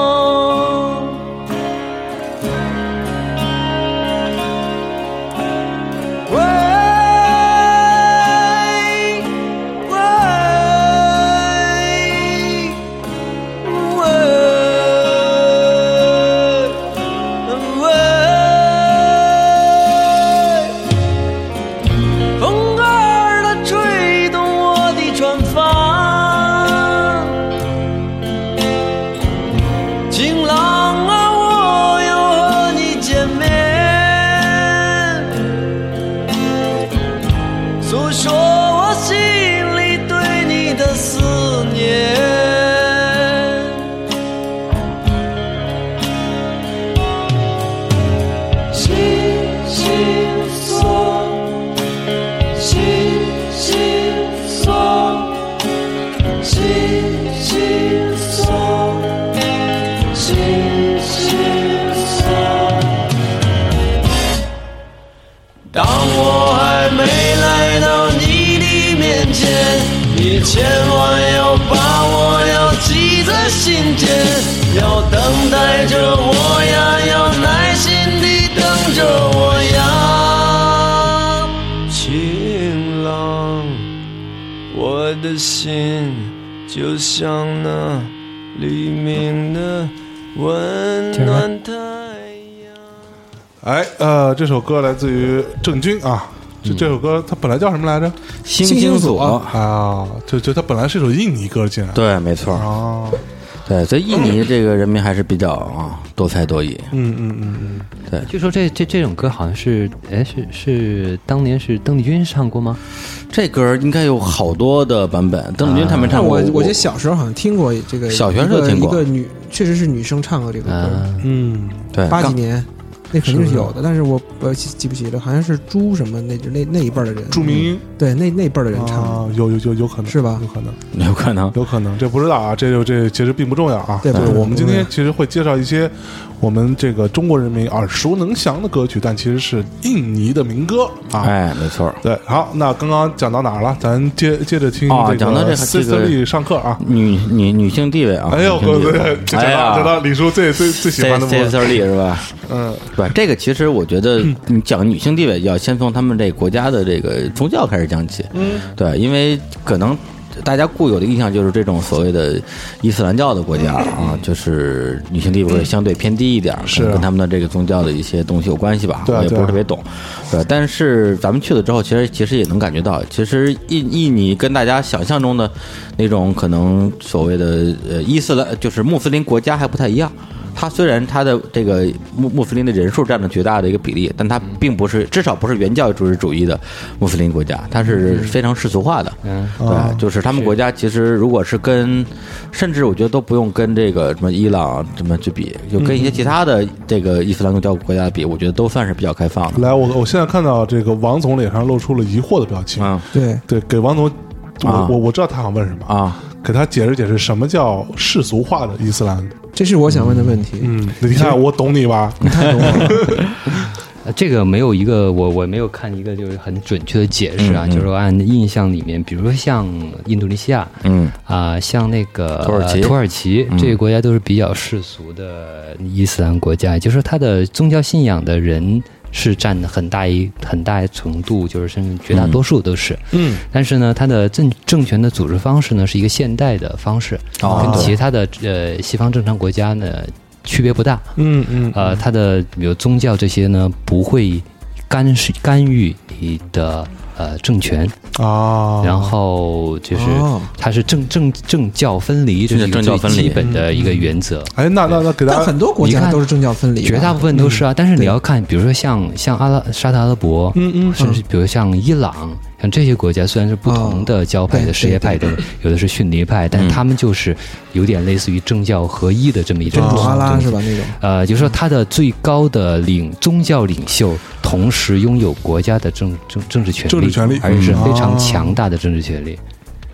当我还没来到你的面前，你千万要把我要记在心间，要等待着我呀，要耐心地等着我呀。晴朗，我的心就像那黎明的温暖太阳。 哎，呃，这首歌来自于郑钧啊，这这首歌它本来叫什么来着？ 星星锁啊，就就它本来是一首印尼歌，竟然对，没错啊， 对，所以印尼这个人民还是比较啊多才多艺， 嗯嗯嗯嗯， 对。 据说这这这种歌好像是，哎，是是当年是邓丽君唱过吗？ 这歌应该有好多的版本，邓丽君他们唱过。 我我记得小时候好像听过这个， 小学时候听过一个女，确实是女生唱过这个歌， 嗯， 对， 八几年。那肯定是有的，但是我我记不起了，好像是朱什么那那那一辈的人， 朱明英， 对，那那辈的人唱的， 啊，有有有有可能是吧？ 有可能， 有可能， 有可能，这不知道啊，这就这其实并不重要啊。 对， 就是我们今天其实会介绍一些我们这个中国人民耳熟能详的歌曲，但其实是印尼的民歌啊。 哎，没错。 对，好，那刚刚讲到哪儿了？咱接接着听哦， 这讲到这个 Sisterly 上课啊， 女女女性地位啊。 哎呦，对对对，讲到讲到李叔最最最喜欢的部分 Sisterly 是吧？ 嗯， 对，这个其实我觉得你讲女性地位，要先从他们这个国家的这个宗教开始讲起。嗯，对，因为可能大家固有的印象就是这种所谓的伊斯兰教的国家啊，就是女性地位相对偏低一点， 是跟他们的这个宗教的一些东西有关系吧， 对， 我也不是特别懂。对，但是咱们去了之后，其实其实也能感觉到，其实印印尼跟大家想象中的那种可能所谓的呃伊斯兰就是穆斯林国家还不太一样。它虽然它的这个穆穆斯林的人数占了绝大的一个比例，但它并不是，至少不是原教主义主义的穆斯林国家，它是非常世俗化的。嗯，对，就是他们国家其实如果是跟，甚至我觉得都不用跟这个什么伊朗什么去比，就跟一些其他的这个伊斯兰教国家比，我觉得都算是比较开放的。 来，我我现在看到这个王总脸上露出了疑惑的表情。 嗯， 对对，给王总，我我我知道他想问什么啊， 给他解释解释什么叫世俗化的伊斯兰。 这是我想问的问题。 嗯，你看我懂你吧？ 你太懂我了。 这个没有一个我我没有看一个就是很准确的解释啊， 嗯嗯、 就是说按印象里面，比如说像印度尼西亚， 嗯啊、呃，像那个土耳其， 土耳其、嗯、这些国家都是比较世俗的伊斯兰国家，就是说它的宗教信仰的人是占很大一很大程度，就是甚至绝大多数都是， 嗯， 但是呢，它的政政权的组织方式呢是一个现代的方式， 哦、 跟其他的呃西方正常国家呢区别不大， 嗯嗯， 呃，它的比如宗教这些呢不会干涉干预你的呃政权啊， 然后就是它是政政政教分离，这是一个最基本的一个原则。 哎，那那那给大家， 很多国家都是政教分离， 绝大部分都是啊。但是你要看，比如说像像阿拉沙特阿拉伯， 嗯嗯， 甚至比如像伊朗。像这些国家虽然是不同的教派的什叶派的，有的是逊尼派，但他们就是有点类似于政教合一的这么一种。 真主阿拉是吧？那种呃，就是说他的最高的领宗教领袖，同时拥有国家的政政政治权利， 政治权利， 而且是非常强大的政治权利。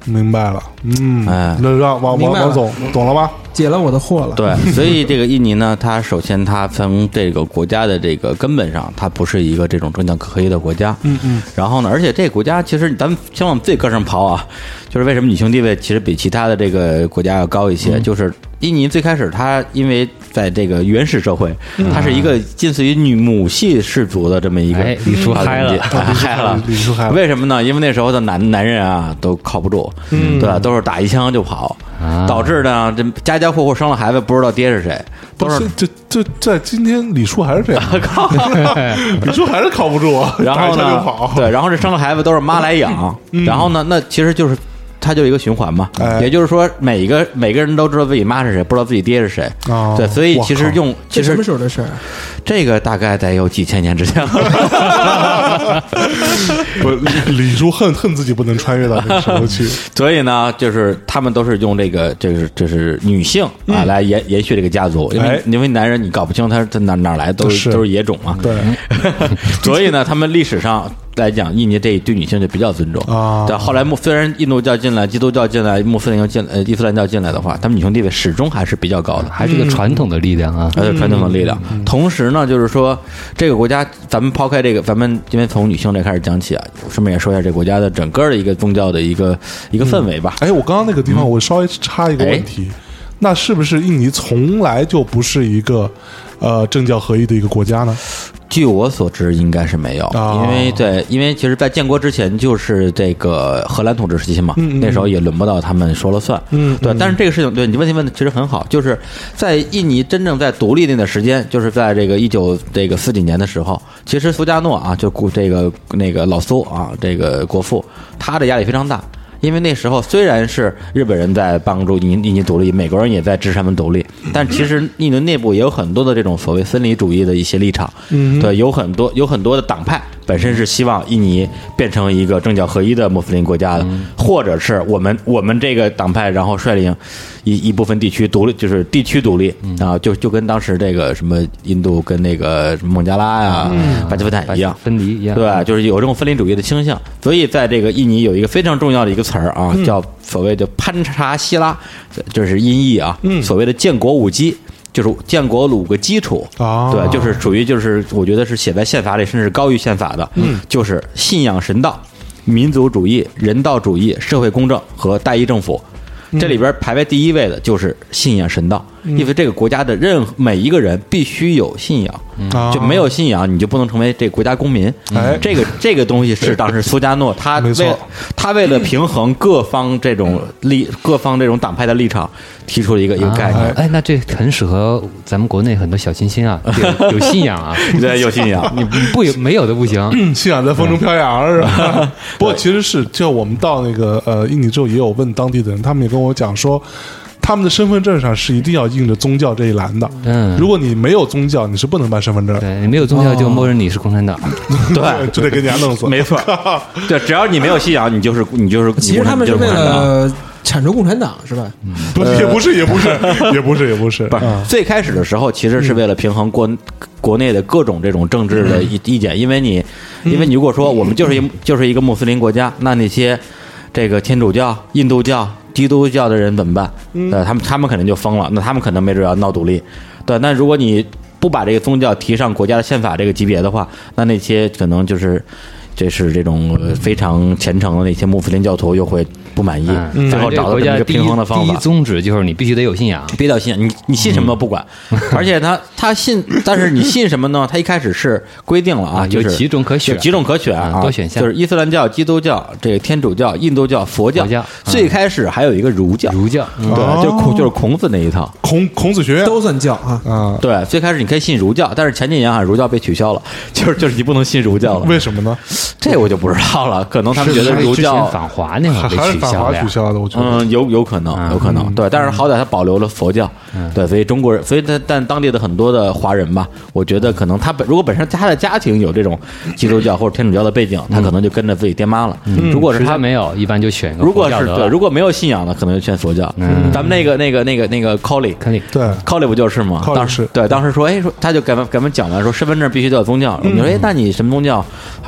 明白了，嗯， 哎， 那让王王王总懂了吧？ 解了我的惑了。 对，所以这个印尼呢，它首先它从这个国家的这个根本上，它不是一个这种政教合一的国家。 嗯嗯。 然后呢，而且这个国家其实咱们先往最根上刨啊，就是为什么女性地位其实比其他的这个国家要高一些，嗯、就是印尼最开始它因为在这个原始社会，嗯、它是一个近似于女母系氏族的这么一个， 哎，李叔嗨了， 嗨了， 李叔嗨了。 为什么呢？因为那时候的男男人啊都靠不住，嗯，对吧？都是打一枪就跑。啊、导致呢，这家家户户生了孩子不知道爹是谁， 不是这这在今天李叔还是这样，李叔还是靠不住， 然后呢， 就跑对，然后这生了孩子都是妈来养，嗯、然后呢，那其实就是它就一个循环嘛，哎、也就是说每一个每个人都知道自己妈是谁，不知道自己爹是谁，哦、对，所以其实用其实什么时候的事儿？ 这个大概得有几千年之前了。 不，李叔恨恨自己不能穿越到那个时候去。 所以呢，就是他们都是用这个，这个就是女性啊、嗯、来延延续这个家族，因为、哎、因为男人你搞不清他他哪哪来都是都是野种嘛。 对， 所以呢，他们历史上来讲，印尼这对女性就比较尊重啊。对，后来穆虽然印度教进来，基督教进来，穆斯林又进呃伊斯兰教进来的话，他们女性地位始终还是比较高的， 还是一个传统的力量啊， 还是传统的力量。嗯、同时呢，就是说这个国家，咱们抛开这个，咱们因为从女性这开始讲起啊，顺便也说一下这个国家的整个的一个宗教的一个一个氛围吧。 哎，我刚刚那个地方我稍微插一个问题，那是不是印尼从来就不是一个呃政教合一的一个国家呢？ 据我所知，应该是没有，哦、因为对，因为其实，在建国之前就是这个荷兰统治时期嘛，嗯嗯那时候也轮不到他们说了算，嗯，对。但是这个事情，对你问题问的其实很好，就是在印尼真正在独立那段时间，就是在这个一九这个四几年的时候，其实苏加诺啊，就这个那个老苏啊，这个国父，他的压力非常大。因为那时候虽然是日本人在帮助印尼独立，美国人也在支持他们独立，但其实印尼内部也有很多的这种所谓分离主义的一些立场，嗯，对，有很多有很多的党派本身是希望印尼变成一个政教合一的穆斯林国家的，嗯、或者是我们我们这个党派然后率领一一部分地区独立，就是地区独立啊，就就跟当时这个什么印度跟那个孟加拉呀、嗯、巴基斯坦一样分离一样， 对，就是有这种分离主义的倾向，所以在这个印尼有一个非常重要的一个词儿啊，嗯、叫所谓的潘查希拉，就是音译啊，嗯、所谓的建国五基。就是建国五个基础，哦、对，就是属于就是我觉得是写在宪法里，甚至高于宪法的，嗯，就是信仰神道、民族主义、人道主义、社会公正和代议政府。这里边排在第一位的就是信仰神道，嗯、因为这个国家的任何每一个人必须有信仰，嗯、就没有信仰你就不能成为这个国家公民。哎，这个这个东西是当时苏加诺他为他为了平衡各方这种立各方这种党派的立场，提出了一个一个概念。 哎，那这很适合咱们国内很多小清新啊，有, 有信仰啊， 对，有信仰， 你不有没有的不行， 信仰在风中飘扬是吧？不过其实是，就我们到那个呃印尼之后，也有问当地的人，他们也跟我讲说，他们的身份证上是一定要印着宗教这一栏的。嗯，如果你没有宗教，你是不能办身份证。 对，你没有宗教就默认你是共产党， 哦、对， 就得给人家弄死。 没错，对，只要你没有信仰，你就是你就是。 其实他们是为了铲除共产党是吧？ 不，也不是，也不是，也不是，也不是。 不是，最开始的时候其实是为了平衡国国内的各种这种政治的意意见，因为你，因为你如果说我们就是一就是一个穆斯林国家，那那些这个天主教、印度教、基督教的人怎么办？呃，他们他们肯定就疯了，那他们可能没准要闹独立。对，那如果你不把这个宗教提上国家的宪法这个级别的话，那那些可能就是这是这种非常虔诚的那些穆斯林教徒又会不满意，嗯、最后找到这么一个平衡的方法。 第一宗旨就是你必须得有信仰， 必须得有信仰，你你信什么不管，嗯、而且他他信，但是你信什么呢？他一开始是规定了啊， 有几种可选， 有几种可选啊， 多选项， 就是伊斯兰教、基督教、这个天主教、印度教、佛教， 佛教嗯、最开始还有一个儒教， 儒教， 嗯、对，就是孔就是孔子那一套， 孔孔子学院都算教啊， 嗯，对，最开始你可以信儒教，但是前几年好像儒教被取消了，就是就是你不能信儒教了， 为什么呢？ 这我就不知道了，可能他们觉得儒教反华那会儿被取消了， 取消的，我觉得， 嗯，有有可能，有可能，对，但是好歹他保留了佛教，对，所以中国人，所以他但当地的很多的华人吧，我觉得可能他本如果本身他的家庭有这种基督教或者天主教的背景，他可能就跟着自己爹妈了。如果是他没有，一般就选个如果是对，如果没有信仰的，可能就选佛教。咱们那个那个那个那个 Colly， 对 Colly 不就是吗？当时对，当时说，哎，说他就给我们给我们讲完说身份证必须得有宗教。我们说，哎，那你什么宗教？他说我身份证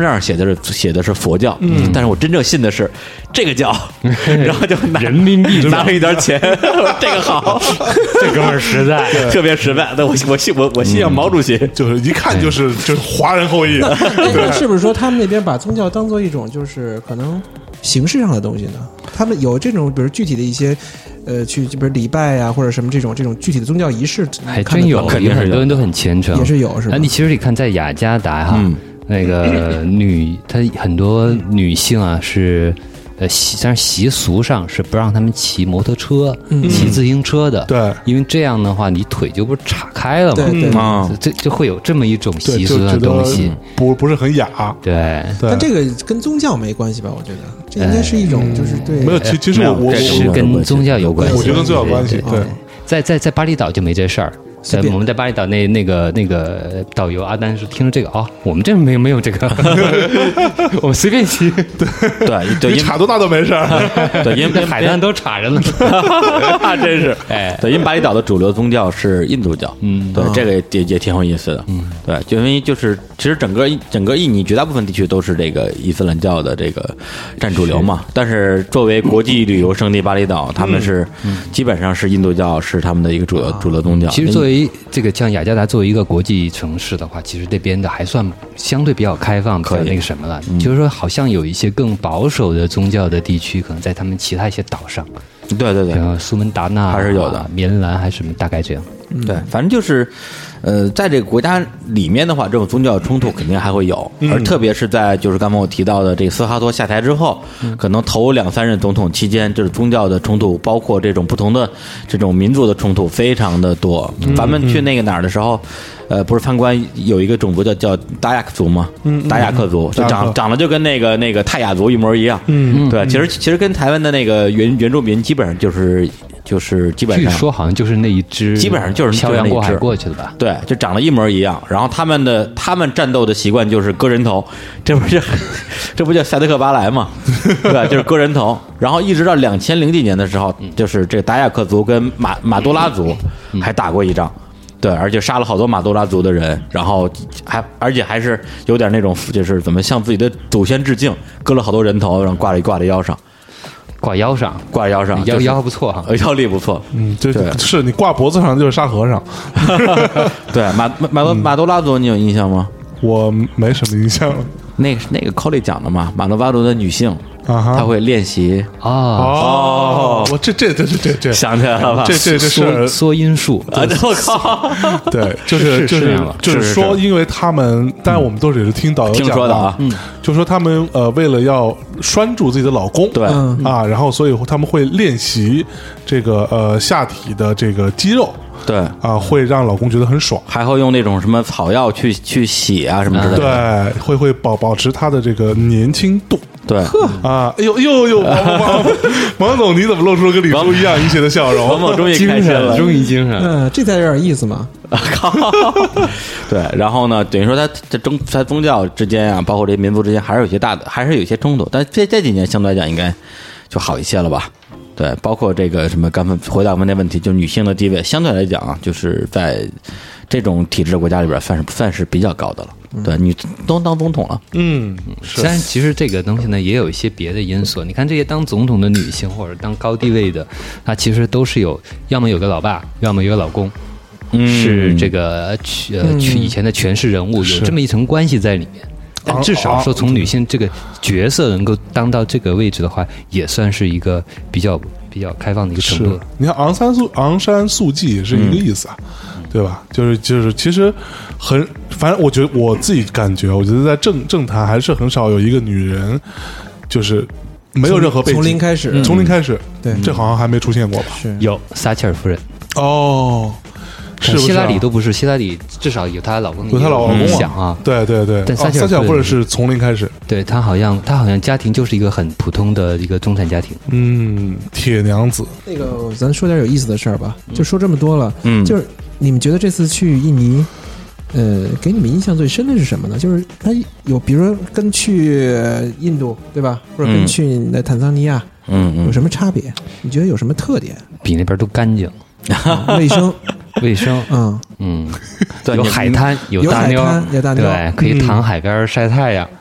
上写的是写的是佛教，嗯，但是我真正信的是这个教，然后就拿人民币拿了一点钱，这个好， 这哥们儿实在， 特别实在。那我我信我我信仰毛主席， 就是一看就是就是华人后裔。 那是不是说他们那边把宗教当做一种就是可能形式上的东西呢？他们有这种比如具体的一些呃去比如礼拜呀、啊、或者什么这种这种具体的宗教仪式， 还真有，肯定很多人都很虔诚， 也是有是吧？ 那你其实你看在雅加达哈，嗯、那个女她很多女性啊是。呃，习但是习俗上是不让他们骑摩托车、嗯、骑自行车的， 对， 因为这样的话，你腿就不是岔开了嘛， 对对啊，这就会有这么一种习俗的东西， 不不是很雅， 对。 但这个跟宗教没关系吧？我觉得这应该是一种就是对， 没有，其其实我我是跟宗教有关系， 我觉得跟宗教有关系，对， 在在在巴厘岛就没这事儿。在我们在巴厘岛那那个那个导游阿丹是听了这个啊、哦，我们这没有没有这个，我们随便骑， 对对对， 你插多大都没事儿， 对，因为海滩都插着呢， 那真是哎，对，因为巴厘岛的主流宗教是印度教，嗯，对，这个也也挺有意思的，嗯，对，就因为就是其实整个整个印尼绝大部分地区都是这个伊斯兰教的这个占主流嘛，但是作为国际旅游胜地巴厘岛，他们是基本上是印度教是他们的一个主流主流宗教， 其实作为这个像雅加达作为一个国际城市的话，其实这边的还算相对比较开放，可以那个什么了。嗯、就是说，好像有一些更保守的宗教的地区，可能在他们其他一些岛上。 对对对， 然后苏门答腊还是有的， 棉兰还是什么，大概这样。 嗯、对，反正就是，呃，在这个国家里面的话，这种宗教冲突肯定还会有，嗯、而特别是在就是刚才我提到的这个斯哈托下台之后，嗯、可能头两三任总统期间，就是宗教的冲突，包括这种不同的这种民族的冲突非常的多。嗯、咱们去那个哪儿的时候，呃，不是参观有一个种族叫叫达雅克族吗？嗯，达雅克族就长长得就跟那个那个泰雅族一模一样。嗯，对，其实其实跟台湾的那个原原住民基本上就是就是基本上， 据说好像就是那一支， 基本上就是漂洋过海过去的吧？ 对，就长得一模一样。然后他们的他们战斗的习惯就是割人头，这不是这不叫赛德克巴莱嘛？对吧？就是割人头。然后一直到两千零几年的时候，就是这个达雅克族跟马马多拉族还打过一仗。对，而且杀了好多马多拉族的人，然后还而且还是有点那种就是怎么向自己的祖先致敬，割了好多人头，然后挂在挂在腰上， 挂腰上， 挂腰上， 腰腰不错哈， 腰力不错， 嗯，对，是你挂脖子上就是沙和尚。 对，马马多马多拉族你有印象吗？ 我没什么印象了。 那个那个 Colly 讲的嘛，马多拉族的女性。 啊， 他会练习哦哦，我这这这这这这想起来了吧？ 这这这是缩音术啊！我靠， 对，就是就是就是说，因为他们，当然我们都只是听导游听说的啊， 嗯，就说他们呃，为了要拴住自己的老公， 对啊，然后所以他们会练习这个呃下体的这个肌肉。 对啊，会让老公觉得很爽， 还会用那种什么草药去去洗啊什么之类的， 对，会会保保持他的这个年轻度。 对啊，哎呦呦呦，王王王总，你怎么露出了跟李叔一样阴险的笑容？ 王总终于开心了， 终于精神。 嗯，这才有点意思嘛。 对，然后呢，等于说他在宗在宗教之间啊，包括这些民族之间，还是有些大的，还是有些冲突。但这这几年相对来讲，应该就好一些了吧？对，包括这个什么，刚才回答我们那问题，就女性的地位相对来讲啊，就是在这种体制的国家里边，算是算是比较高的了。对，女都当总统了。 嗯，是。 但其实这个东西呢，也有一些别的因素。你看这些当总统的女性或者当高地位的，她其实都是有，要么有个老爸，要么有个老公，嗯、是这个呃以前的权势人物，有这么一层关系在里面。但至少说，从女性这个角色能够当到这个位置的话，也算是一个比较比较开放的一个程度。 你看昂山素昂山素季也是一个意思啊，嗯、对吧？就是就是，其实很，反正我觉得我自己感觉，我觉得在政政坛还是很少有一个女人，就是没有任何背景， 从零开始， 嗯、从零开始， 对， 这好像还没出现过吧？ 是有撒切尔夫人哦。是希拉里都不是，希拉里至少有她老公， 有她老公想啊， 对对对。 但撒切尔夫人是从零开始， 对她好像她好像家庭就是一个很普通的一个中产家庭， 嗯，铁娘子。 那个咱说点有意思的事儿吧，就说这么多了，嗯，就是你们觉得这次去印尼，呃，给你们印象最深的是什么呢？就是它有，比如说跟去印度对吧，或者跟去那坦桑尼亚，嗯，有什么差别？你觉得有什么特点？ 比那边都干净， 卫生。 卫生， 嗯嗯，有海滩，有大妞， 有大妞， 对，可以躺海边晒太阳，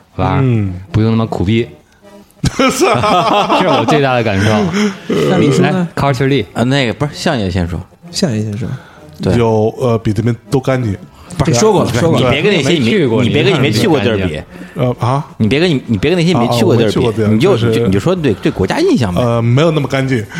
玩儿， 嗯， 不用那么苦逼。这是我最大的感受。 那李叔呢？ ？Culture Lee 啊，那个不是相爷先说， 相爷先说， 对有呃比这边都干净。 这说过了，说过了。 你别跟那些你没你别跟你没去过地儿比， 呃啊， 你别跟你你别跟那些没去过地儿比，你就你就说对对国家印象呗。 呃，没有那么干净。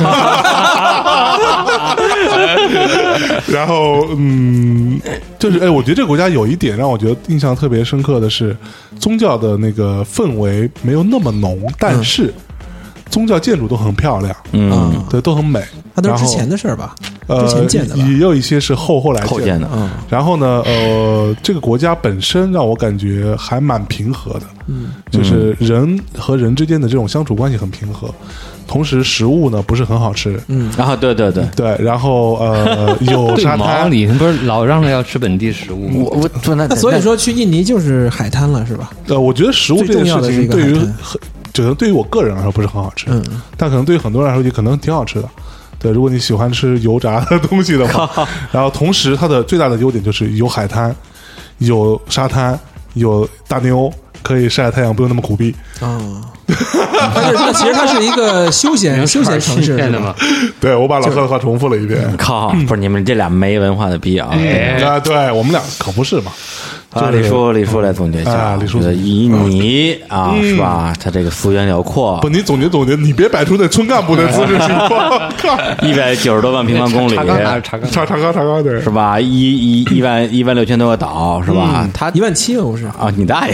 然后嗯，就是哎，我觉得这个国家有一点让我觉得印象特别深刻的是，宗教的那个氛围没有那么浓，但是宗教建筑都很漂亮， 嗯， 对，都很美。 那都是之前的事儿吧？ 呃， 之前建的吧？ 也有一些是后后来后建的。 嗯，然后呢，呃，这个国家本身让我感觉还蛮平和的，嗯，就是人和人之间的这种相处关系很平和，同时食物呢不是很好吃， 嗯，然后对对对对，然后呃有沙滩， 你不是老让人要吃本地食物吗？ 我我说那那所以说去印尼就是海滩了是吧？ 呃，我觉得食物这件事情对于很，可能对于我个人来说不是很好吃，嗯，但可能对于很多人来说也可能挺好吃的。对，如果你喜欢吃油炸的东西的话，然后同时它的最大的优点就是有海滩、有沙滩、有大妞，可以晒太阳，不用那么苦逼啊。它是其实它是一个休闲休闲城市的嘛？ 对，我把老贺的话重复了一遍。 靠，不是你们这俩没文化的逼啊！ 啊，对我们俩可不是嘛。 啊，李叔，李叔来总结一下， 李叔， 印尼啊，是吧？他这个幅员辽阔。 不，你总结总结，你别摆出那村干部的姿势情况。 一百九十多万平方公里， 查查查查查高查高对， 是吧？一一一万一万六千多个岛，是吧？他一万七了，不是啊？你大爷！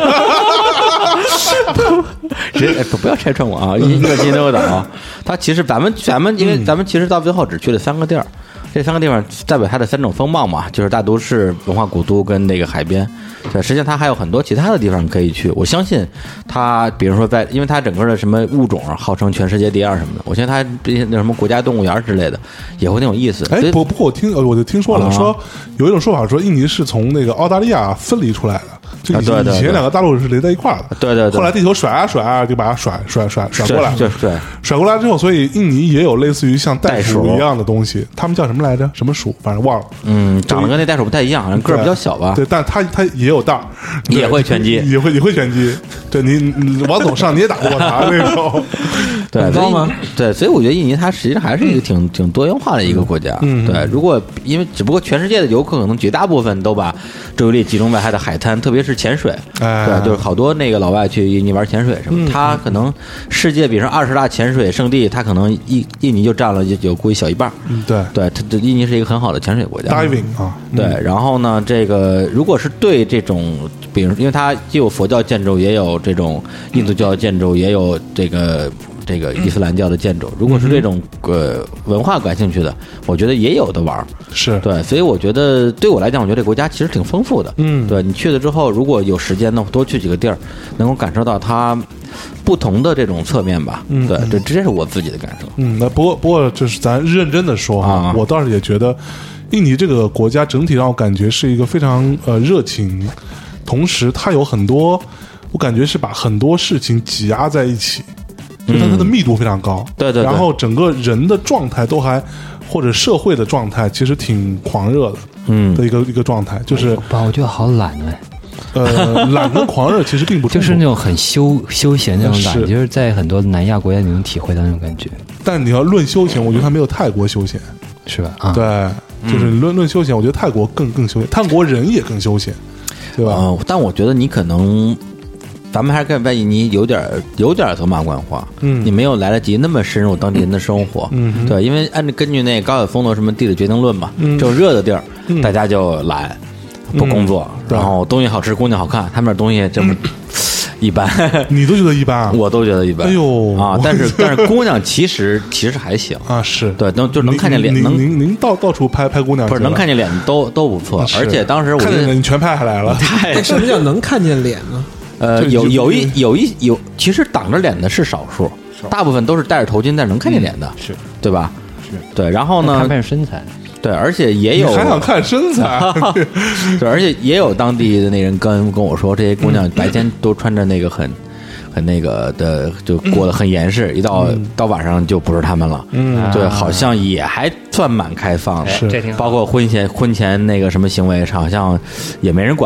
谁不不要拆穿我啊！一万七多个岛，他其实咱们咱们因为咱们其实到最后只去了三个地儿。这三个地方代表它的三种风貌嘛，就是大都市、文化古都跟那个海边。对，实际上它还有很多其他的地方可以去。我相信它，比如说在，因为它整个的什么物种号称全世界第二什么的，我相信它那什么国家动物园之类的也会挺有意思。 哎，不不过我听我就听说了，啊、说有一种说法说印尼是从那个澳大利亚分离出来的。就以前、啊、以前两个大陆是连在一块的， 对对对。 后来地球甩啊甩啊，就把它甩甩甩甩过来， 对对。 甩过来之后，所以印尼也有类似于像袋鼠一样的东西，他们叫什么来着？什么鼠？反正忘了。 嗯，长得跟那袋鼠不太一样，好像个儿比较小吧。 对，但它它也有袋儿， 也会拳击， 也会也会拳击。对你，你王总上你也打不过他那种。 对， 很高吗？ 对，所以我觉得印尼它实际上还是一个挺挺多元化的一个国家。 嗯， 对。如果因为只不过全世界的游客可能绝大部分都把注意力集中在它的海滩，特别是潜水。 哎， 对，就是好多那个老外去印尼玩潜水什么， 嗯、 他可能世界比上二十大潜水圣地，他可能印印尼就占了有估计小一半。 嗯，对， 对，它印尼是一个很好的潜水国家。 diving 啊， 对。然后呢，这个如果是对这种，比如因为它既有佛教建筑，也有这种印度教建筑，也有这个。这个伊斯兰教的建筑，如果是这种呃文化感兴趣的，我觉得也有的玩。 是对，所以我觉得对我来讲，我觉得这国家其实挺丰富的。 嗯， 对你去了之后，如果有时间呢，多去几个地儿，能够感受到它不同的这种侧面吧。 嗯， 对，这这是我自己的感受。 嗯，那不过不过就是咱认真的说哈， 啊、 我倒是也觉得印尼这个国家整体让我感觉是一个非常呃热情，同时它有很多，我感觉是把很多事情挤压在一起。就它它的密度非常高， 嗯、对, 对对， 然后整个人的状态都还或者社会的状态其实挺狂热的， 嗯的一个一个状态，就是吧，我觉得好懒哎， 呃，懒跟狂热其实并不就是那种很休休闲那种懒， 是就是在很多南亚国家你能体会到那种感觉。 但你要论休闲，我觉得它没有泰国休闲， 是吧？啊， 对，就是论论休闲，我觉得泰国更更休闲，泰国人也更休闲，对吧？ 呃、但我觉得你可能。咱们还是更在意你有点有点走马观花， 嗯， 你没有来得及那么深入当地人的生活， 嗯， 对，因为按照根据那个高晓松的什么地理决定论嘛， 嗯， 这种热的地儿， 嗯， 大家就懒，不工作， 嗯， 然后东西好吃，姑娘好看，他们这东西这么一般， 你都觉得一般啊？ 我都觉得一般。 哎呦啊，但是但是姑娘其实其实还行啊，是对，能就能看见脸，能您您到到处拍拍姑娘， 不是能看见脸都都不错，而且当时我看见你全拍下来了。 太什么叫能看见脸呢？ 呃，有有一有一有，其实挡着脸的是少数，大部分都是戴着头巾，但是能看见脸的， 嗯、是对吧？ 是对，然后呢， 看看身材， 对，而且也有还想看身材， 对，而且也有当地的那人跟跟我说，这些姑娘白天都穿着那个很很那个的，就过得很严实，一到、嗯、到晚上就不是他们了， 嗯， 对，好像也还算蛮开放的， 是， 包括婚前婚前那个什么行为，好像也没人管。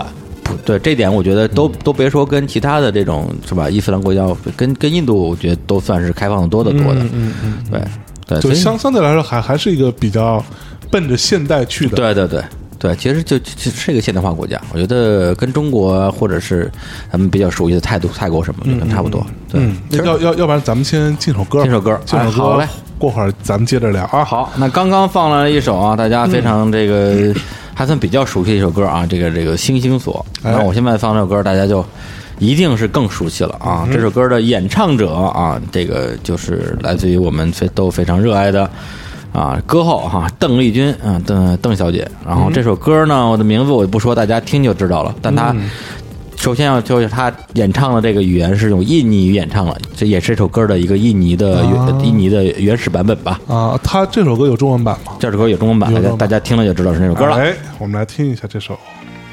对这点，我觉得都都别说跟其他的这种是吧，伊斯兰国家跟跟印度，我觉得都算是开放的多得多的。 嗯嗯嗯， 对对， 就相相对来说还还是一个比较奔着现代去的。 对对对。对，其实就就是一个现代化国家，我觉得跟中国或者是咱们比较熟悉的泰国、泰国什么的，跟差不多。对， 嗯，要要要不然咱们先进首歌， 进首歌， 进首歌， 好嘞。 过会儿咱们接着聊啊。 好，那刚刚放了一首啊，大家非常这个还算比较熟悉的一首歌啊，这个这个星星锁。那我现在放这首歌，大家就一定是更熟悉了啊。这首歌的演唱者啊，这个就是来自于我们都非常热爱的。啊，歌后哈，邓丽君，嗯，邓邓小姐。然后这首歌呢，我的名字我不说，大家听就知道了。但她首先要就是她演唱的这个语言是用印尼语演唱了，这也是这首歌的一个印尼的、啊、印尼的原始版本吧？ 啊，她这首歌有中文版吗？ 这首歌有中文版，大家大家听了就知道是那首歌了。 哎，我们来听一下这首。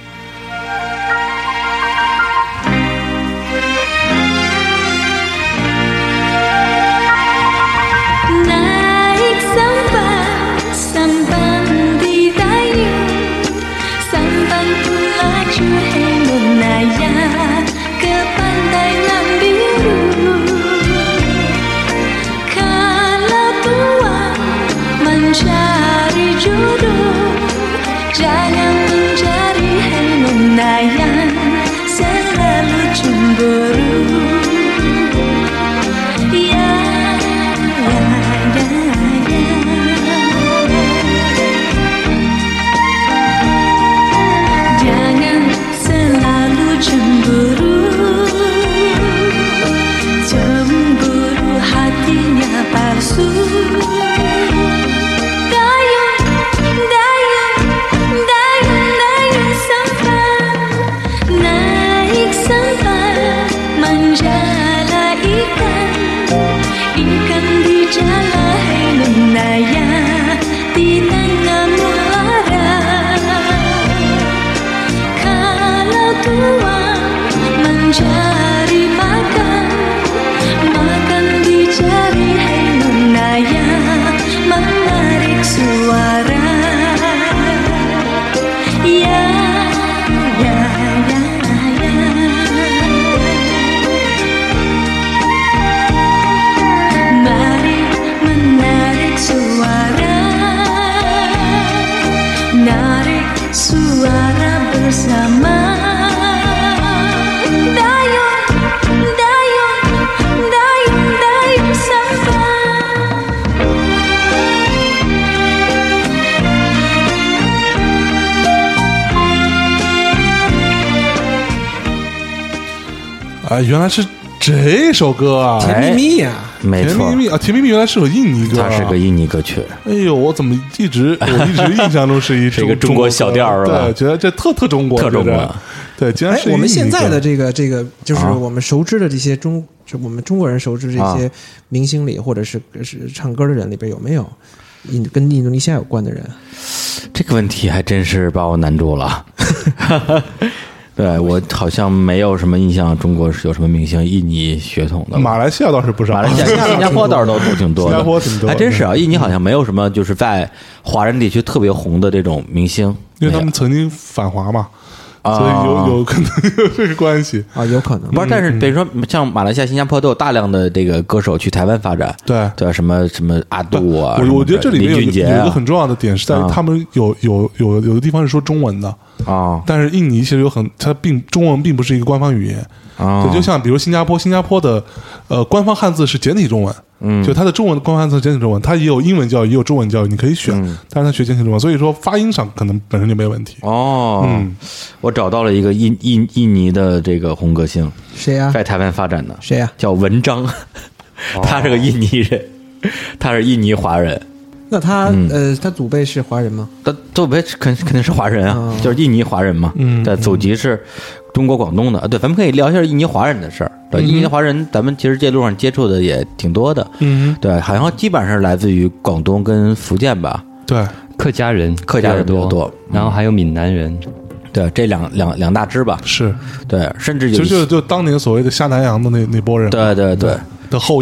啊，原来是这首歌啊！ 甜蜜蜜呀， 没错， 甜蜜蜜啊，甜蜜蜜原来是首印尼歌， 它是个印尼歌曲。 哎呦，我怎么一直我一直印象中是一是一个中国小调是吧？ 对，觉得这特特中国， 特中国。 对，竟然是我们现在的这个这个，就是我们熟知的这些中，就我们中国人熟知这些明星里，或者是是唱歌的人里边，有没有印跟印度尼西亚有关的人？ 这个问题还真是把我难住了。对，我好像没有什么印象，中国是有什么明星印尼血统的。 马来西亚倒是不少， 马来西亚、新加坡倒是都挺多的， 新加坡挺多， 还真是啊。印尼好像没有什么就是在华人地区特别红的这种明星， 因为他们曾经反华嘛。所以有有可能有这个关系啊，有可能不是，但是比如说像马来西亚、新加坡都有大量的这个歌手去台湾发展， 对对，什么什么阿杜啊， 我我觉得这里面有有一个很重要的点是在于他们有有有有的地方是说中文的啊， 但是印尼其实有很，它并中文并不是一个官方语言啊，就像比如新加坡，新加坡的呃官方汉字是简体中文。嗯，就它的中文官方汉字简体中文，它也有英文教育，也有中文教育，你可以选，嗯、但是它学简体中文，所以说发音上可能本身就没问题。 哦，嗯，我找到了一个印印印尼的这个红歌星， 谁呀、啊？ 在台湾发展的， 谁呀、啊？ 叫文章，他是个印尼人，他是印尼华人。 那他、嗯、呃，他祖辈是华人吗？ 他祖辈肯肯定是华人啊，哦、就是印尼华人嘛。嗯，对，祖籍是中国广东的。对，咱们可以聊一下印尼华人的事儿。对，印尼华人，咱们其实这路上接触的也挺多的。嗯，对，好像基本上是来自于广东跟福建吧。 对， 客家人， 客家人比较多， 然后还有闽南人。 对，这两两两大支吧。 是， 对，甚至有就就就当年所谓的下南洋的那那波人。 对对对。 的后裔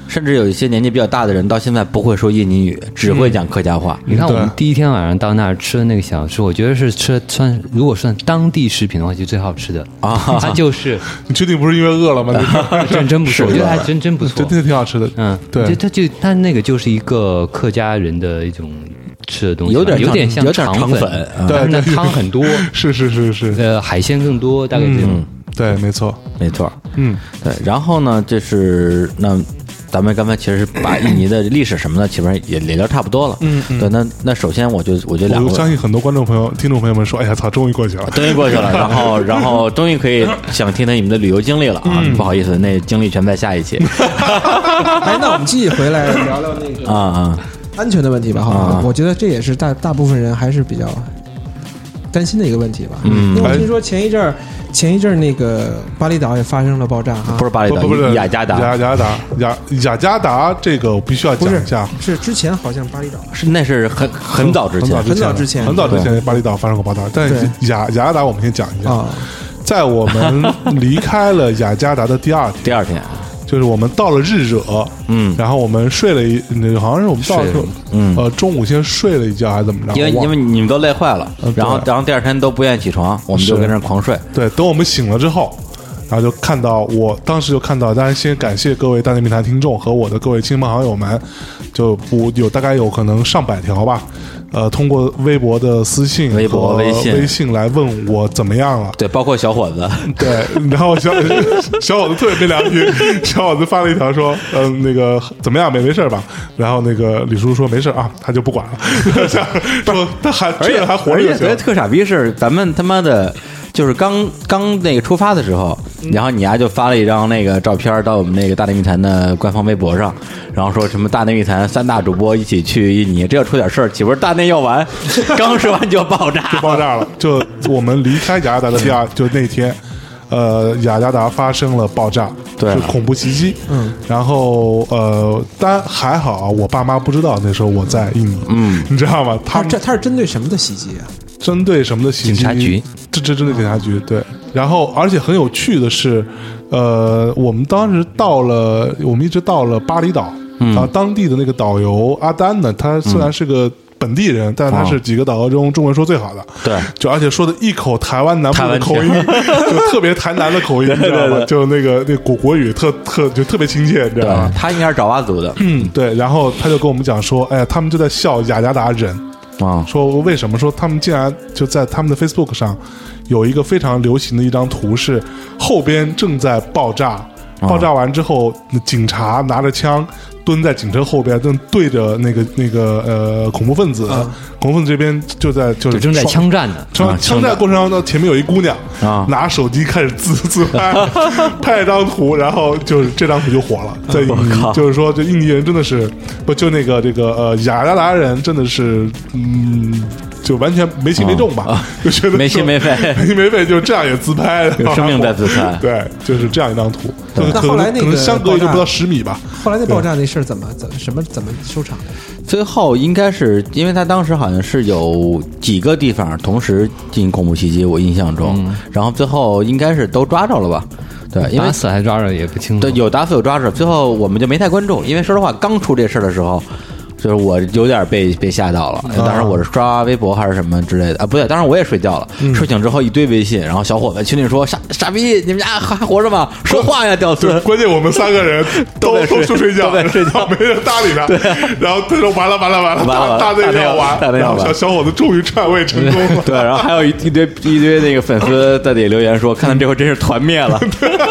甚至有一些年纪比较大的人到现在不会说印尼语，只会讲客家话。 你看我们第一天晚上到那儿吃的那个小吃，我觉得是吃算如果算当地食品的话，就最好吃的啊。它就是你确定不是因为饿了吗？ 真真不错，我觉得还真真不错， 真的挺好吃的。 嗯， 对， 它就它那个就是一个客家人的一种吃的东西， 有点有点像有点肠粉， 对， 那汤很多， 是是是是， 呃，海鲜更多，大概这种。 对，没错， 没错， 嗯， 对。然后呢，就是那咱们刚才其实把印尼的历史什么的，基本上也也聊差不多了。嗯，对。那那首先，我就我觉得两个， 我相信很多观众朋友、听众朋友们说：“哎呀，操，终于过去了， 终于过去了。”然后，然后终于可以想听听你们的旅游经历了啊！不好意思，那经历全在下一期。 哎，那我们继续回来聊聊那个啊啊安全的问题吧。哈，我觉得这也是大大部分人还是比较担心的一个问题吧。嗯，因为我听说前一阵儿。前一阵儿那个巴厘岛也发生了爆炸哈， 不是巴厘岛， 不是雅加达， 雅加达，雅雅加达这个我必须要讲一下， 是之前好像巴厘岛是那是很很早之前， 很早之前， 很早之前巴厘岛发生过爆炸，但是雅雅加达我们先讲一下，在我们离开了雅加达的第二天， 第二天。 就是我们到了日惹，嗯，然后我们睡了一，那个好像是我们到了，嗯，呃，中午先睡了一觉还是怎么着？ 因为因为你们都累坏了，然后然后第二天都不愿意起床，我们就跟那狂睡。 对，等我们醒了之后，然后就看到，我当时就看到，当然先感谢各位大内密谈听众和我的各位亲朋好友们，就不有大概有可能上百条吧。呃，通过微博的私信、 微博、微信、 微信来问我怎么样了。 对，包括小伙子。 对，然后小小伙子特别没良心，小伙子发了一条说：“嗯、呃，那个怎么样？没没事吧？”然后那个李叔说：“没事啊，他就不管了。”说他还而且还活着。 而且特傻逼是咱们他妈的。就是刚刚那个出发的时候，然后你丫就发了一张那个照片到我们那个大内密谈的官方微博上，然后说什么大内密谈三大主播一起去印尼，这要出点事儿，岂不是大内要完？刚说完就爆炸， 就爆炸了。就我们离开雅加达的第二，就那天，呃，雅加达发生了爆炸， 对， 是恐怖袭击。嗯，然后呃，当然还好啊，我爸妈不知道那时候我在印尼，嗯，你知道吗？ 他这他是针对什么的袭击啊？ 针对什么的袭击？ 警察局， 这这针对警察局，对。然后，而且很有趣的是，呃，我们当时到了，我们一直到了巴厘岛，嗯、啊，当地的那个导游阿丹呢，他虽然是个本地人，嗯、但是他是几个导游中中文说最好的， 对， 就而且说的一口台湾南部的口音，就特别台南的口音，你知道吗？就那个那国国语特特就特别亲切，你知道吗？ 他应该是爪哇族的， 嗯，对。然后他就跟我们讲说，哎呀，他们就在笑雅加达人。啊，说为什么说他们竟然就在他们的 Facebook 上有一个非常流行的一张图，是后边正在爆炸，爆炸完之后，警察拿着枪蹲在警车后边，正对着那个那个呃恐怖分子，啊、恐怖分子这边就在就是正在枪战的， 枪枪战过程当中，前面有一姑娘啊，拿手机开始自自拍，拍了张图，然后就是这张图就火了，在印尼，就是说这印尼人真的是不就那个这个呃雅加达人真的是嗯。就完全没轻没重吧，啊、就觉得没心没肺， 没心没肺，就这样也自拍， 有生命在自拍， 对，就是这样一张图。 那后来那个可能相隔也就不到十米吧。 后来那爆炸那事儿怎么怎么什么怎么收场？ 最后应该是因为他当时好像是有几个地方同时进行恐怖袭击，我印象中，嗯、然后最后应该是都抓着了吧。对，因为打死还抓着也不清楚。 对，有打死有抓着，最后我们就没太关注，因为说实话，刚出这事儿的时候。就是我有点被被吓到了，当时我是刷微博还是什么之类的啊，不对，当时我也睡觉了，嗯、睡醒之后一堆微信，然后小伙子群里说傻傻逼，你们家还活着吗？说话呀，屌丝！ 关键我们三个人都都都睡觉， 都在睡觉， 没人搭理他。 对， 然后他说完了完了完了， 完了大内要完， 然后小小伙子终于篡位成功了。 对，然后还有一一堆一堆那个粉丝在底下留言说，看来这回真是团灭了。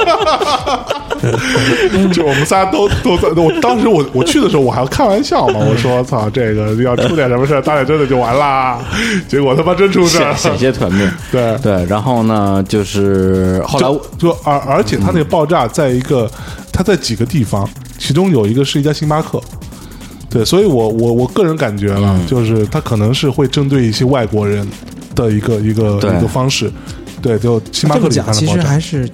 就我们仨都都在，我当时我我去的时候我还开玩笑嘛，我说操这个要出点什么事，大概真的就完啦。结果他妈真出事， 险些团灭。 对对，然后呢，就是后来就而而且他那个爆炸在一个，他在几个地方，其中有一个是一家星巴克。对，所以我我我个人感觉了，嗯、就是他可能是会针对一些外国人的一个一个一个方式。对，就星巴克里讲，其实还是。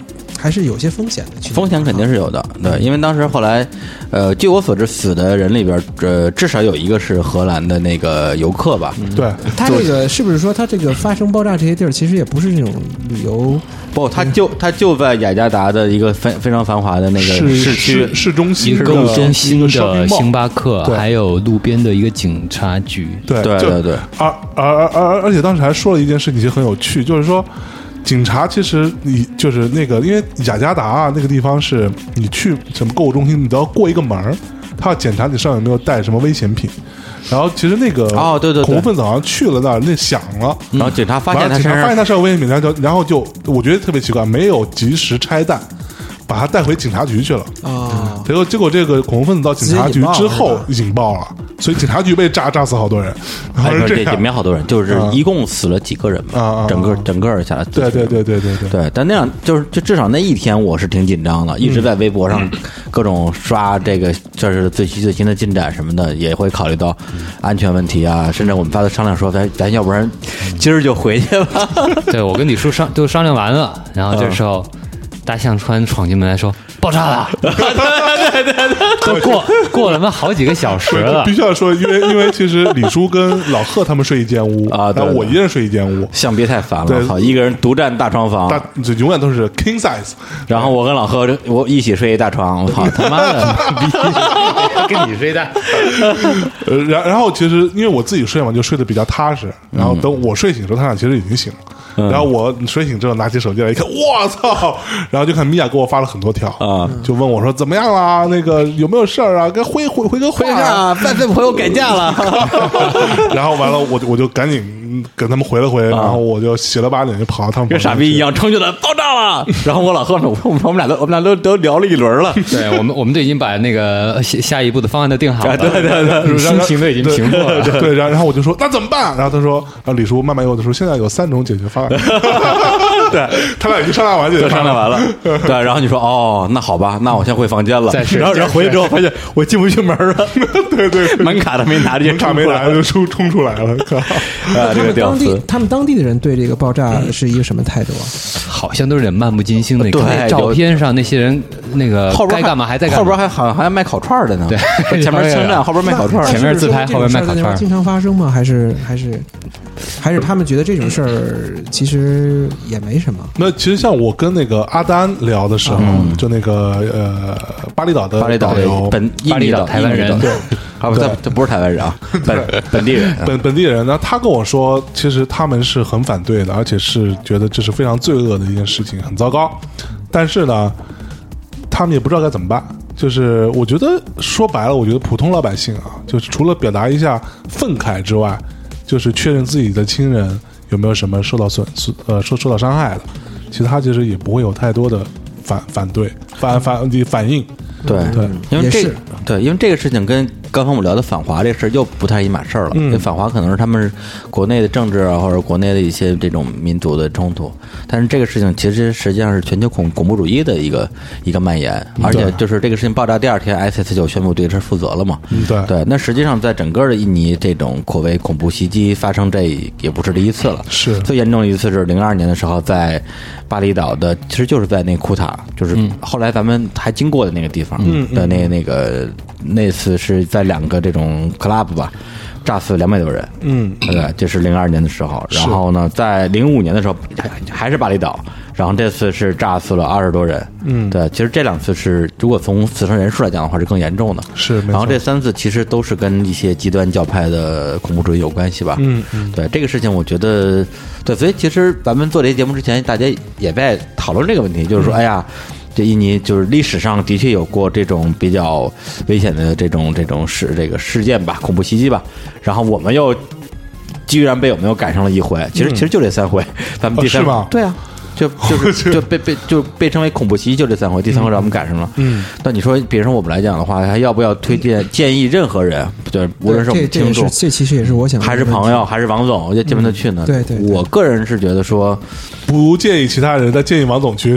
还是有些风险的。 风险肯定是有的，对，因为当时后来，呃，据我所知，死的人里边，呃，至少有一个是荷兰的那个游客吧？ 嗯、对， 他这个是不是说他这个发生爆炸这些地儿，其实也不是那种旅游？ 不，他就他就在雅加达的一个非非常繁华的那个市区市中心， 购物中心的星巴克，还有路边的一个警察局。 对对对对， 而而而而且当时还说了一件事情，其实很有趣，就是说。警察其实你就是那个，因为雅加达啊那个地方是你去什么购物中心，你都要过一个门儿，他要检查你上有没有带什么危险品。然后其实那个哦对对对， 恐怖分子好像去了那儿，那响了， 然后警察发现他警察发现他身上有危险品，然后就然后就我觉得特别奇怪，没有及时拆弹。把他带回警察局去了啊！结果结果这个恐怖分子到警察局之后引爆了，所以警察局被炸炸死好多人。然后是这样， 也没好多人，就是一共死了几个人嘛， 啊、 整个整个下来。 对对对对对对对。但那样就是就至少那一天我是挺紧张的，一直在微博上各种刷这个就是最新最新的进展什么的，也会考虑到安全问题啊。甚至我们发的商量说，咱咱要不然今儿就回去吧。 对，我跟李叔商都商量完了，然后这时候。嗯大象川闯进门来说：“爆炸了！”对对对对，都过过了那好几个小时了。 必须要说，因为因为其实李叔跟老贺他们睡一间屋啊， 然后我一人睡一间屋， 相别太烦了。好，一个人独占大床房， 大就永远都是 king size。 然后我跟老贺我一起睡一大床，我操他妈的， 跟你睡大。 呃，然然后其实因为我自己睡嘛，就睡得比较踏实。然后等我睡醒的时候，他俩其实已经醒了。嗯、然后我睡醒之后拿起手机来一看，我操！然后就看米娅给我发了很多条啊，就问我说怎么样啦？那个有没有事儿啊？跟回回回个话啊！范范朋友改嫁了。 然后完了，我我就赶紧跟他们回了回，然后我就洗了把脸就跑到他们跟傻逼一样冲进来，爆炸了。然后我老贺说，我们我们俩都我们俩都都聊了一轮了。 对我们我们都已经把那个下下一步的方案都定好了， 对对对， 心情都已经平复了。 对，然后然后我就说那怎么办？然后他说，然后李叔慢慢悠的说，现在有三种解决方案。对他俩已经商量完，就商量完了。对，然后你说哦，那好吧，那我先回房间了。然后然后回去之后发现我进不去门了。 对对， 门卡都没拿， 门卡没拿就冲冲出来了。靠！ 啊，这个当地他们当地的人对这个爆炸是一个什么态度啊？ 好像都是点漫不经心的。 对， 照片上那些人那个该干嘛还在干嘛， 后边还好像还卖烤串的呢。 对， 前面枪战，后边卖烤串， 前面自拍，后边卖烤串。 经常发生吗？还是还是还是他们觉得这种事儿其实也没什么？ 那其实像我跟那个阿丹聊的时候，嗯、就那个呃巴厘岛的巴厘岛本巴厘岛台湾人， 对， 啊不，这不是台湾人啊，本本地人， 本本地人呢，他跟我说，其实他们是很反对的，而且是觉得这是非常罪恶的一件事情，很糟糕。但是呢，他们也不知道该怎么办。就是我觉得说白了，我觉得普通老百姓啊，就是除了表达一下愤慨之外，就是确认自己的亲人有没有什么受到损呃受受到伤害的，其他其实也不会有太多的反反对反反的反应。 对对， 因为这对，因为这个事情跟刚才我们聊的反华这个事儿又不太一码事儿了。因为反华可能是他们国内的政治啊，或者国内的一些这种民族的冲突，但是这个事情其实实际上是全球恐恐怖主义的一个一个蔓延，而且就是这个事情爆炸第二天 ，I S I S 就宣布对这事负责了嘛。 对对， 那实际上在整个的印尼这种所谓恐怖袭击发生，这也不是第一次了。 是最严重的一次是零二年的时候，在巴厘岛的，其实就是在那库塔，就是后来咱们还经过的那个地方。嗯，的那那个那次是在两个这种 club 吧，炸死两百多人。嗯，对，这是零二年的时候。然后呢，在零五年的时候还是巴厘岛，然后这次是炸死了二十多人。嗯，对，其实这两次是如果从死伤人数来讲的话是更严重的。 是， 然后这三次其实都是跟一些极端教派的恐怖主义有关系吧。 嗯嗯， 对这个事情，我觉得对，所以其实咱们做这些节目之前，大家也在讨论这个问题，就是说，哎呀。这印尼就是历史上的确有过这种比较危险的这种这种事这个事件吧，恐怖袭击吧。然后我们又居然被我们又赶上了一回，其实、嗯、其实就这三回，咱们第三回、 哦、是吗？ 对啊，就就是就被被就被称为恐怖袭击，就这三回，第三回让我们赶上了。嗯，那你说，比如说我们来讲的话，还要不要推荐建议任何人，对，无论是我们听众， 这其实也是我想， 还是朋友，还是王总，我觉得进不得去呢。 对对， 我个人是觉得说， 不建议其他人，但建议王总去。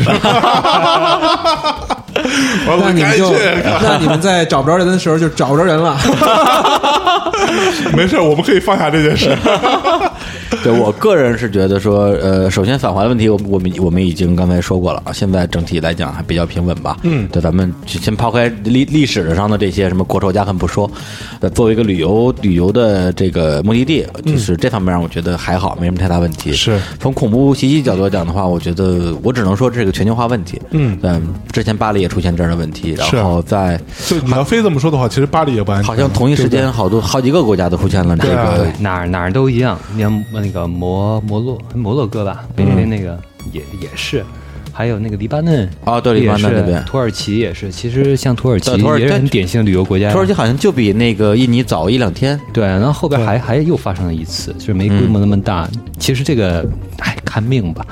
那你们就，那你们在找不着人的时候就找不着人了。 没事，我们可以放下这件事。 对我个人是觉得说，呃，首先返华的问题，我我们我们已经刚才说过了啊，现在整体来讲还比较平稳吧。嗯，对，咱们先抛开历历史上的这些什么国仇家恨不说，呃，作为一个旅游旅游的这个目的地，就是这方面上我觉得还好，没什么太大问题。 是从恐怖袭击角度讲的话，我觉得我只能说这是个全球化问题。嗯，嗯，之前巴黎也出现这样的问题，然后在就你要非这么说的话，其实巴黎也不安全， 好像同一时间好多好几个国家都出现了这个， 哪儿哪儿都一样。你像那个摩摩洛摩洛哥吧，北边那个也也是。还有那个黎巴嫩啊，对，黎巴嫩那边， 土耳其也是。其实像土耳其也是很典型的旅游国家。 土耳其好像就比那个印尼早一两天。 对，然后后边还还又发生了一次，就是没规模那么大。嗯、其实这个，哎，看命吧。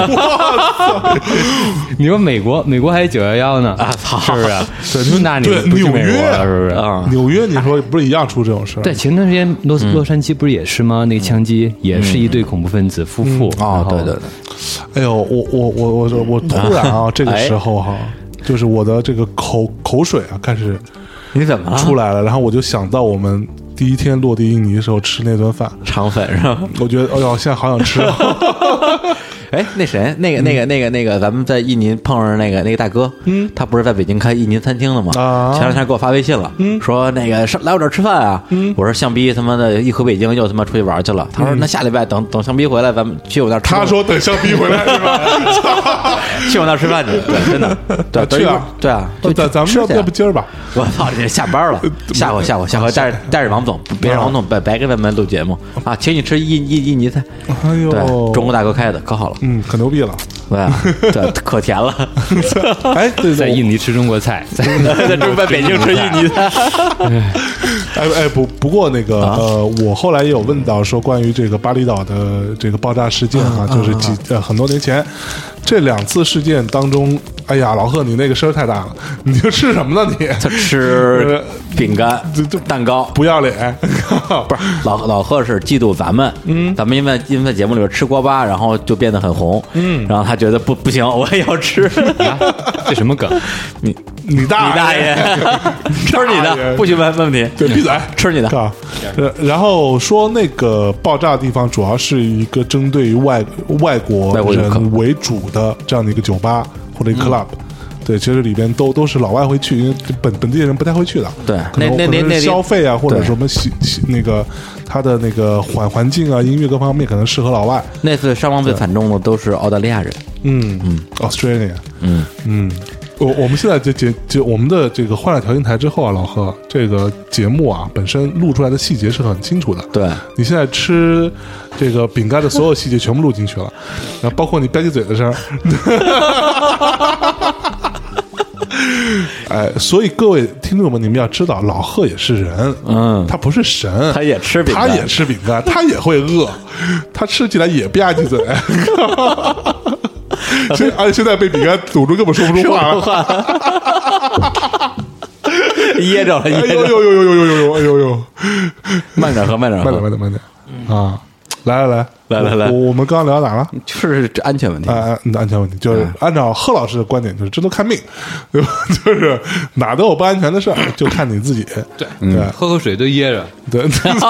你说美国，美国还有九幺幺呢啊，是不是？ 对， 那你对纽约是不是啊？ 纽约，你说不是一样出这种事？ 对，前段时间洛洛杉矶不是也是吗？那个枪击也是一对恐怖分子夫妇啊，对对对。 哎呦，我我我我我突然啊，这个时候哈，就是我的这个口口水啊开始， 你怎么出来了？然后我就想到我们第一天落地印尼的时候吃那顿饭， 肠粉是吧？ 我觉得，哎呦，现在好想吃。 哎，那谁，那个、那个、那个、那个，咱们在印尼碰上那个那个大哥，嗯，他不是在北京开印尼餐厅的吗？啊，前两天给我发微信了，嗯，说那个上来我这儿吃饭啊，嗯，我说象逼他妈的一回北京又他妈出去玩去了，他说那下礼拜等等象逼回来，咱们去我那儿吃。 他说等象逼回来是吧？ 去我那儿吃饭去，对，真的，对， 去啊， 对啊， 就咱咱们要要不今儿吧？ 我操，这下班了，下回下回下回带着带着王总，别让王总白白给咱们录节目啊，请你吃印印印尼菜， 哎呦， 对，中国大哥开的，可好了， 嗯，可牛逼了。 对啊，对，可甜了。 哎，对， 在印尼吃中国菜，在在在北京吃印尼菜。 哎哎，不不过那个、啊、呃，我后来也有问到说关于这个巴厘岛的这个爆炸事件啊，啊就是几、啊、呃很多年前这两次事件当中，哎呀，老贺你那个声太大了，你就吃什么呢你？ 他吃饼干、蛋糕， 不要脸。 不是老老贺是嫉妒咱们，嗯，咱们因为因为在节目里边吃锅巴，然后就变得很红，嗯，然后他觉得不不行，我也要吃。 啊、这什么梗？ 你你大你大爷，吃你的，不许问问题， 对，闭嘴， 吃你的。 啊、然后说那个爆炸的地方主要是一个针对于外外国人为主的这样的一个酒吧或者一个 club。嗯，对，其实里边都都是老外会去，因为本本地人不太会去的。 对， 那那那那消费啊，或者什么喜那个他的那个环环境啊、音乐各方面可能适合老外。 那次伤亡最惨重的都是澳大利亚人。 嗯嗯 ，Australia。嗯嗯，我我们现在就就就我们的这个欢乐调音台之后啊，老贺这个节目啊本身录出来的细节是很清楚的。 对， 你现在吃这个饼干的所有细节全部录进去了，然后包括你吧唧嘴的声。哎，所以各位听众们，你们要知道，老贺也是人，嗯，他不是神， 他也吃饼干， 他也吃饼干，他也会饿，他吃起来也吧唧嘴。所以，而且现在被饼干堵住，根本说不出话了，噎着了，噎着， 呦呦呦呦呦呦呦呦呦， 慢点喝，慢点喝， 慢点，慢点，慢点，啊！来来来来来来， 我我们刚刚聊到哪了？ 就是安全问题啊，安全问题就是按照贺老师的观点，就是这都看命，对吧？就是哪都有不安全的事儿，就看你自己。 对对，喝口水都噎着。 对。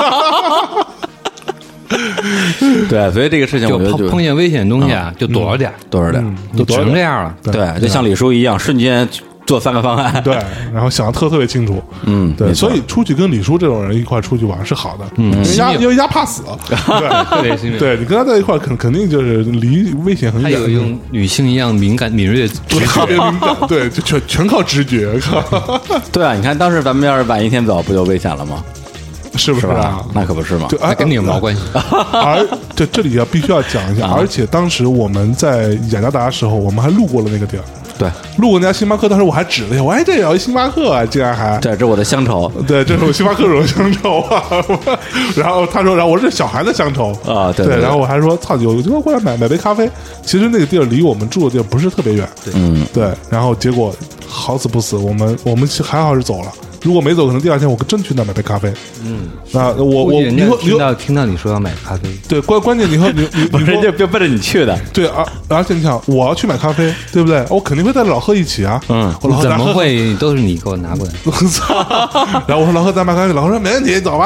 对，所以这个事情我觉得就碰见危险的东西啊，就躲着点， 躲着点， 就只能这样了。 对，就像李叔一样，瞬间做三个方案， 对，然后想的特特别清楚，嗯，对，所以出去跟李叔这种人一块出去玩是好的，嗯，因为压因为压怕死，对，对你跟他在一块肯肯定就是离危险很远， 他有用女性一样敏感敏锐的， 特别敏感，对，就全全靠直觉，靠， 对啊，你看当时咱们要是晚一天走，不就危险了吗？ 是不是啊？ 那可不是嘛， 那跟你有毛关系？ 而这这里要必须要讲一下，而且当时我们在雅加达的时候，我们还路过了那个地儿。 对， 路过那家星巴克，当时我还指了一下，我哎，这也有一星巴克啊，竟然还对，这是我的乡愁， 对，这是我星巴克种乡愁啊。然后他说，然后我说这小孩的乡愁啊，对， 对，然后我还说，操，有有机会过来买买杯咖啡。其实那个地儿离我们住的地儿不是特别远， 嗯， 对。然后结果好死不死，我们我们还好是走了。如果没走，可能第二天我真去那买杯咖啡。嗯，啊，我我你说听到听到你说要买咖啡， 对，关关键你说你你不是就就奔着你去的， 对啊，而且你想我要去买咖啡，对不对？我肯定会带着老贺一起啊。 嗯， 我老贺怎么会都是你给我拿过来？ 我操！然后我说老贺咱买咖啡，老贺说没问题，走吧。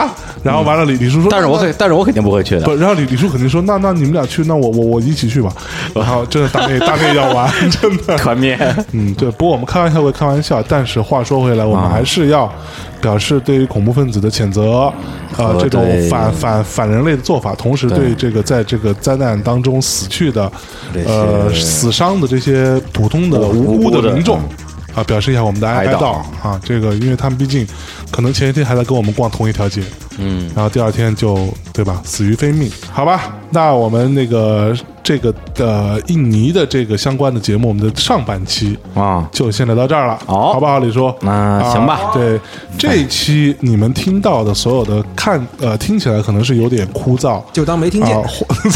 然后完了李李叔说， 但是我肯但是我肯定不会去的。 不，然后李李叔肯定说，那那你们俩去，那我我我一起去吧。然后真的大内大内要完，真的团灭。 嗯，对。不过我们开玩笑归开玩笑，但是话说回来，我们还是要表示对于恐怖分子的谴责，呃，这种反反反人类的做法，同时对这个在这个灾难当中死去的呃死伤的这些普通的无辜的民众。啊，表示一下我们的哀哀悼啊！这个，因为他们毕竟可能前一天还在跟我们逛同一条街，嗯，然后第二天就对吧，死于非命，好吧？那我们那个这个呃印尼的这个相关的节目，我们的上半期啊，就先聊到这儿了，哦，好不好，李叔？ 那、啊、行吧。 对，这一期你们听到的所有的看呃听起来可能是有点枯燥， 就当没听见、啊、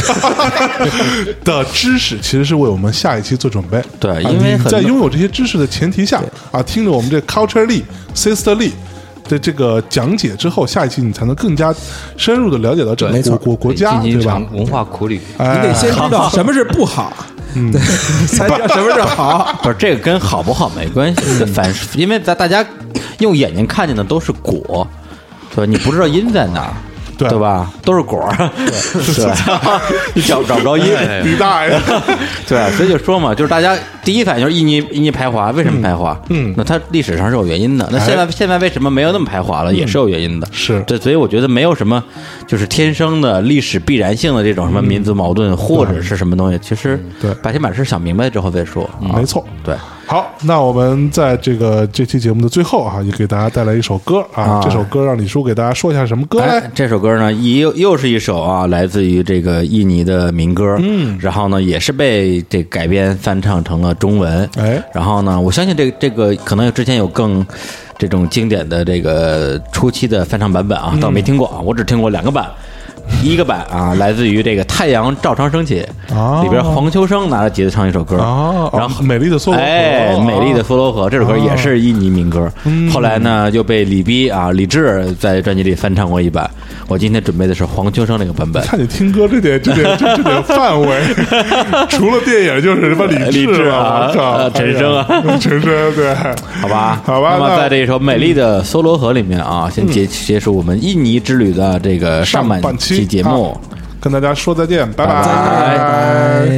的知识，其实是为我们下一期做准备。 对，因为、 啊、在拥有这些知识的前提下啊，听着我们这 culturally sisterly 的这个讲解之后，下一期你才能更加深入的了解到整个国国国家，对吧？ 文化苦旅， 哎、你得先知道什么是不好，嗯，对，才知道什么是好。 不是这个跟好不好没关系，反因为咱大家用眼睛看见的都是果，对吧？你不知道因在哪儿。对, 对吧？都是果儿，对，你找找不着因， 你大爷！ 对，所以就说嘛，就是大家第一反应就是印尼印尼排华，为什么排华？嗯，那它历史上是有原因的。那现在、哎、现在为什么没有那么排华了？也是有原因的。 是对，所以我觉得没有什么就是天生的历史必然性的这种什么民族矛盾、嗯、或者是什么东西，其实对， 把先把事想明白之后再说。 嗯、没错， 对。 好，那我们在这个这期节目的最后啊，也给大家带来一首歌啊。啊这首歌让李叔给大家说一下什么歌呢？ 哎、这首歌呢，又又是一首啊，来自于这个印尼的民歌。嗯，然后呢，也是被这改编翻唱成了中文。哎，然后呢，我相信这个这个可能之前有更这种经典的这个初期的翻唱版本啊，但我没听过啊，我只听过两个版。一个版啊，来自于这个《太阳照常升起》啊，里边黄秋生拿着吉他唱一首歌啊， 然后美丽的梭罗河， 哎，美丽的梭罗河这首歌也是印尼民歌，后来呢又被李逼啊李志在专辑里翻唱过一版。我今天准备的是黄秋生那个版本。 看你听歌这点这点这点范围，除了电影就是什么李志啊、陈升啊、 陈升，对， 好吧， 好吧。 那么在这一首《美丽的梭罗河》里面啊，先结结束我们印尼之旅的这个上半期节目， 跟大家说再见，拜拜， 拜拜。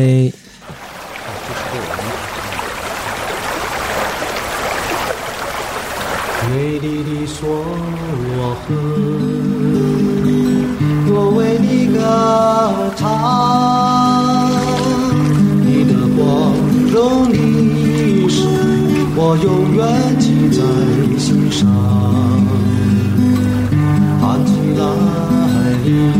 美丽的梭罗河，我为你歌唱，你的光荣历史，我永远记在心上。看起来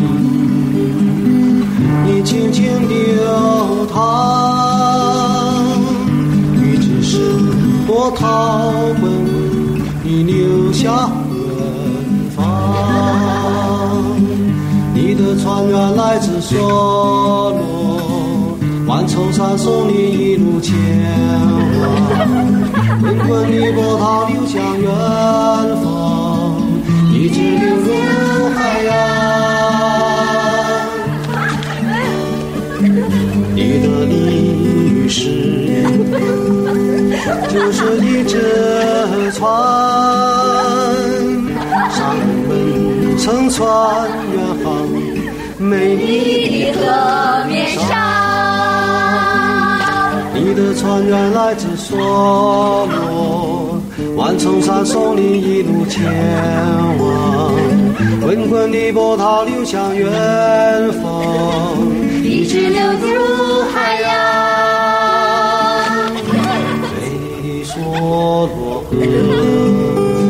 你轻轻流淌，雨只是波涛滚，你流向远方。你的船员来自梭罗，万重山送你一路前往，滚滚的波涛流向远方，一直流入海洋。你的历史就是一只船，上门乘船远航，美丽的河面上。你的船员来自梭罗，万重山送你一路前往，滚滚的波涛流向远方，一直流入海洋。美丽的梭罗河。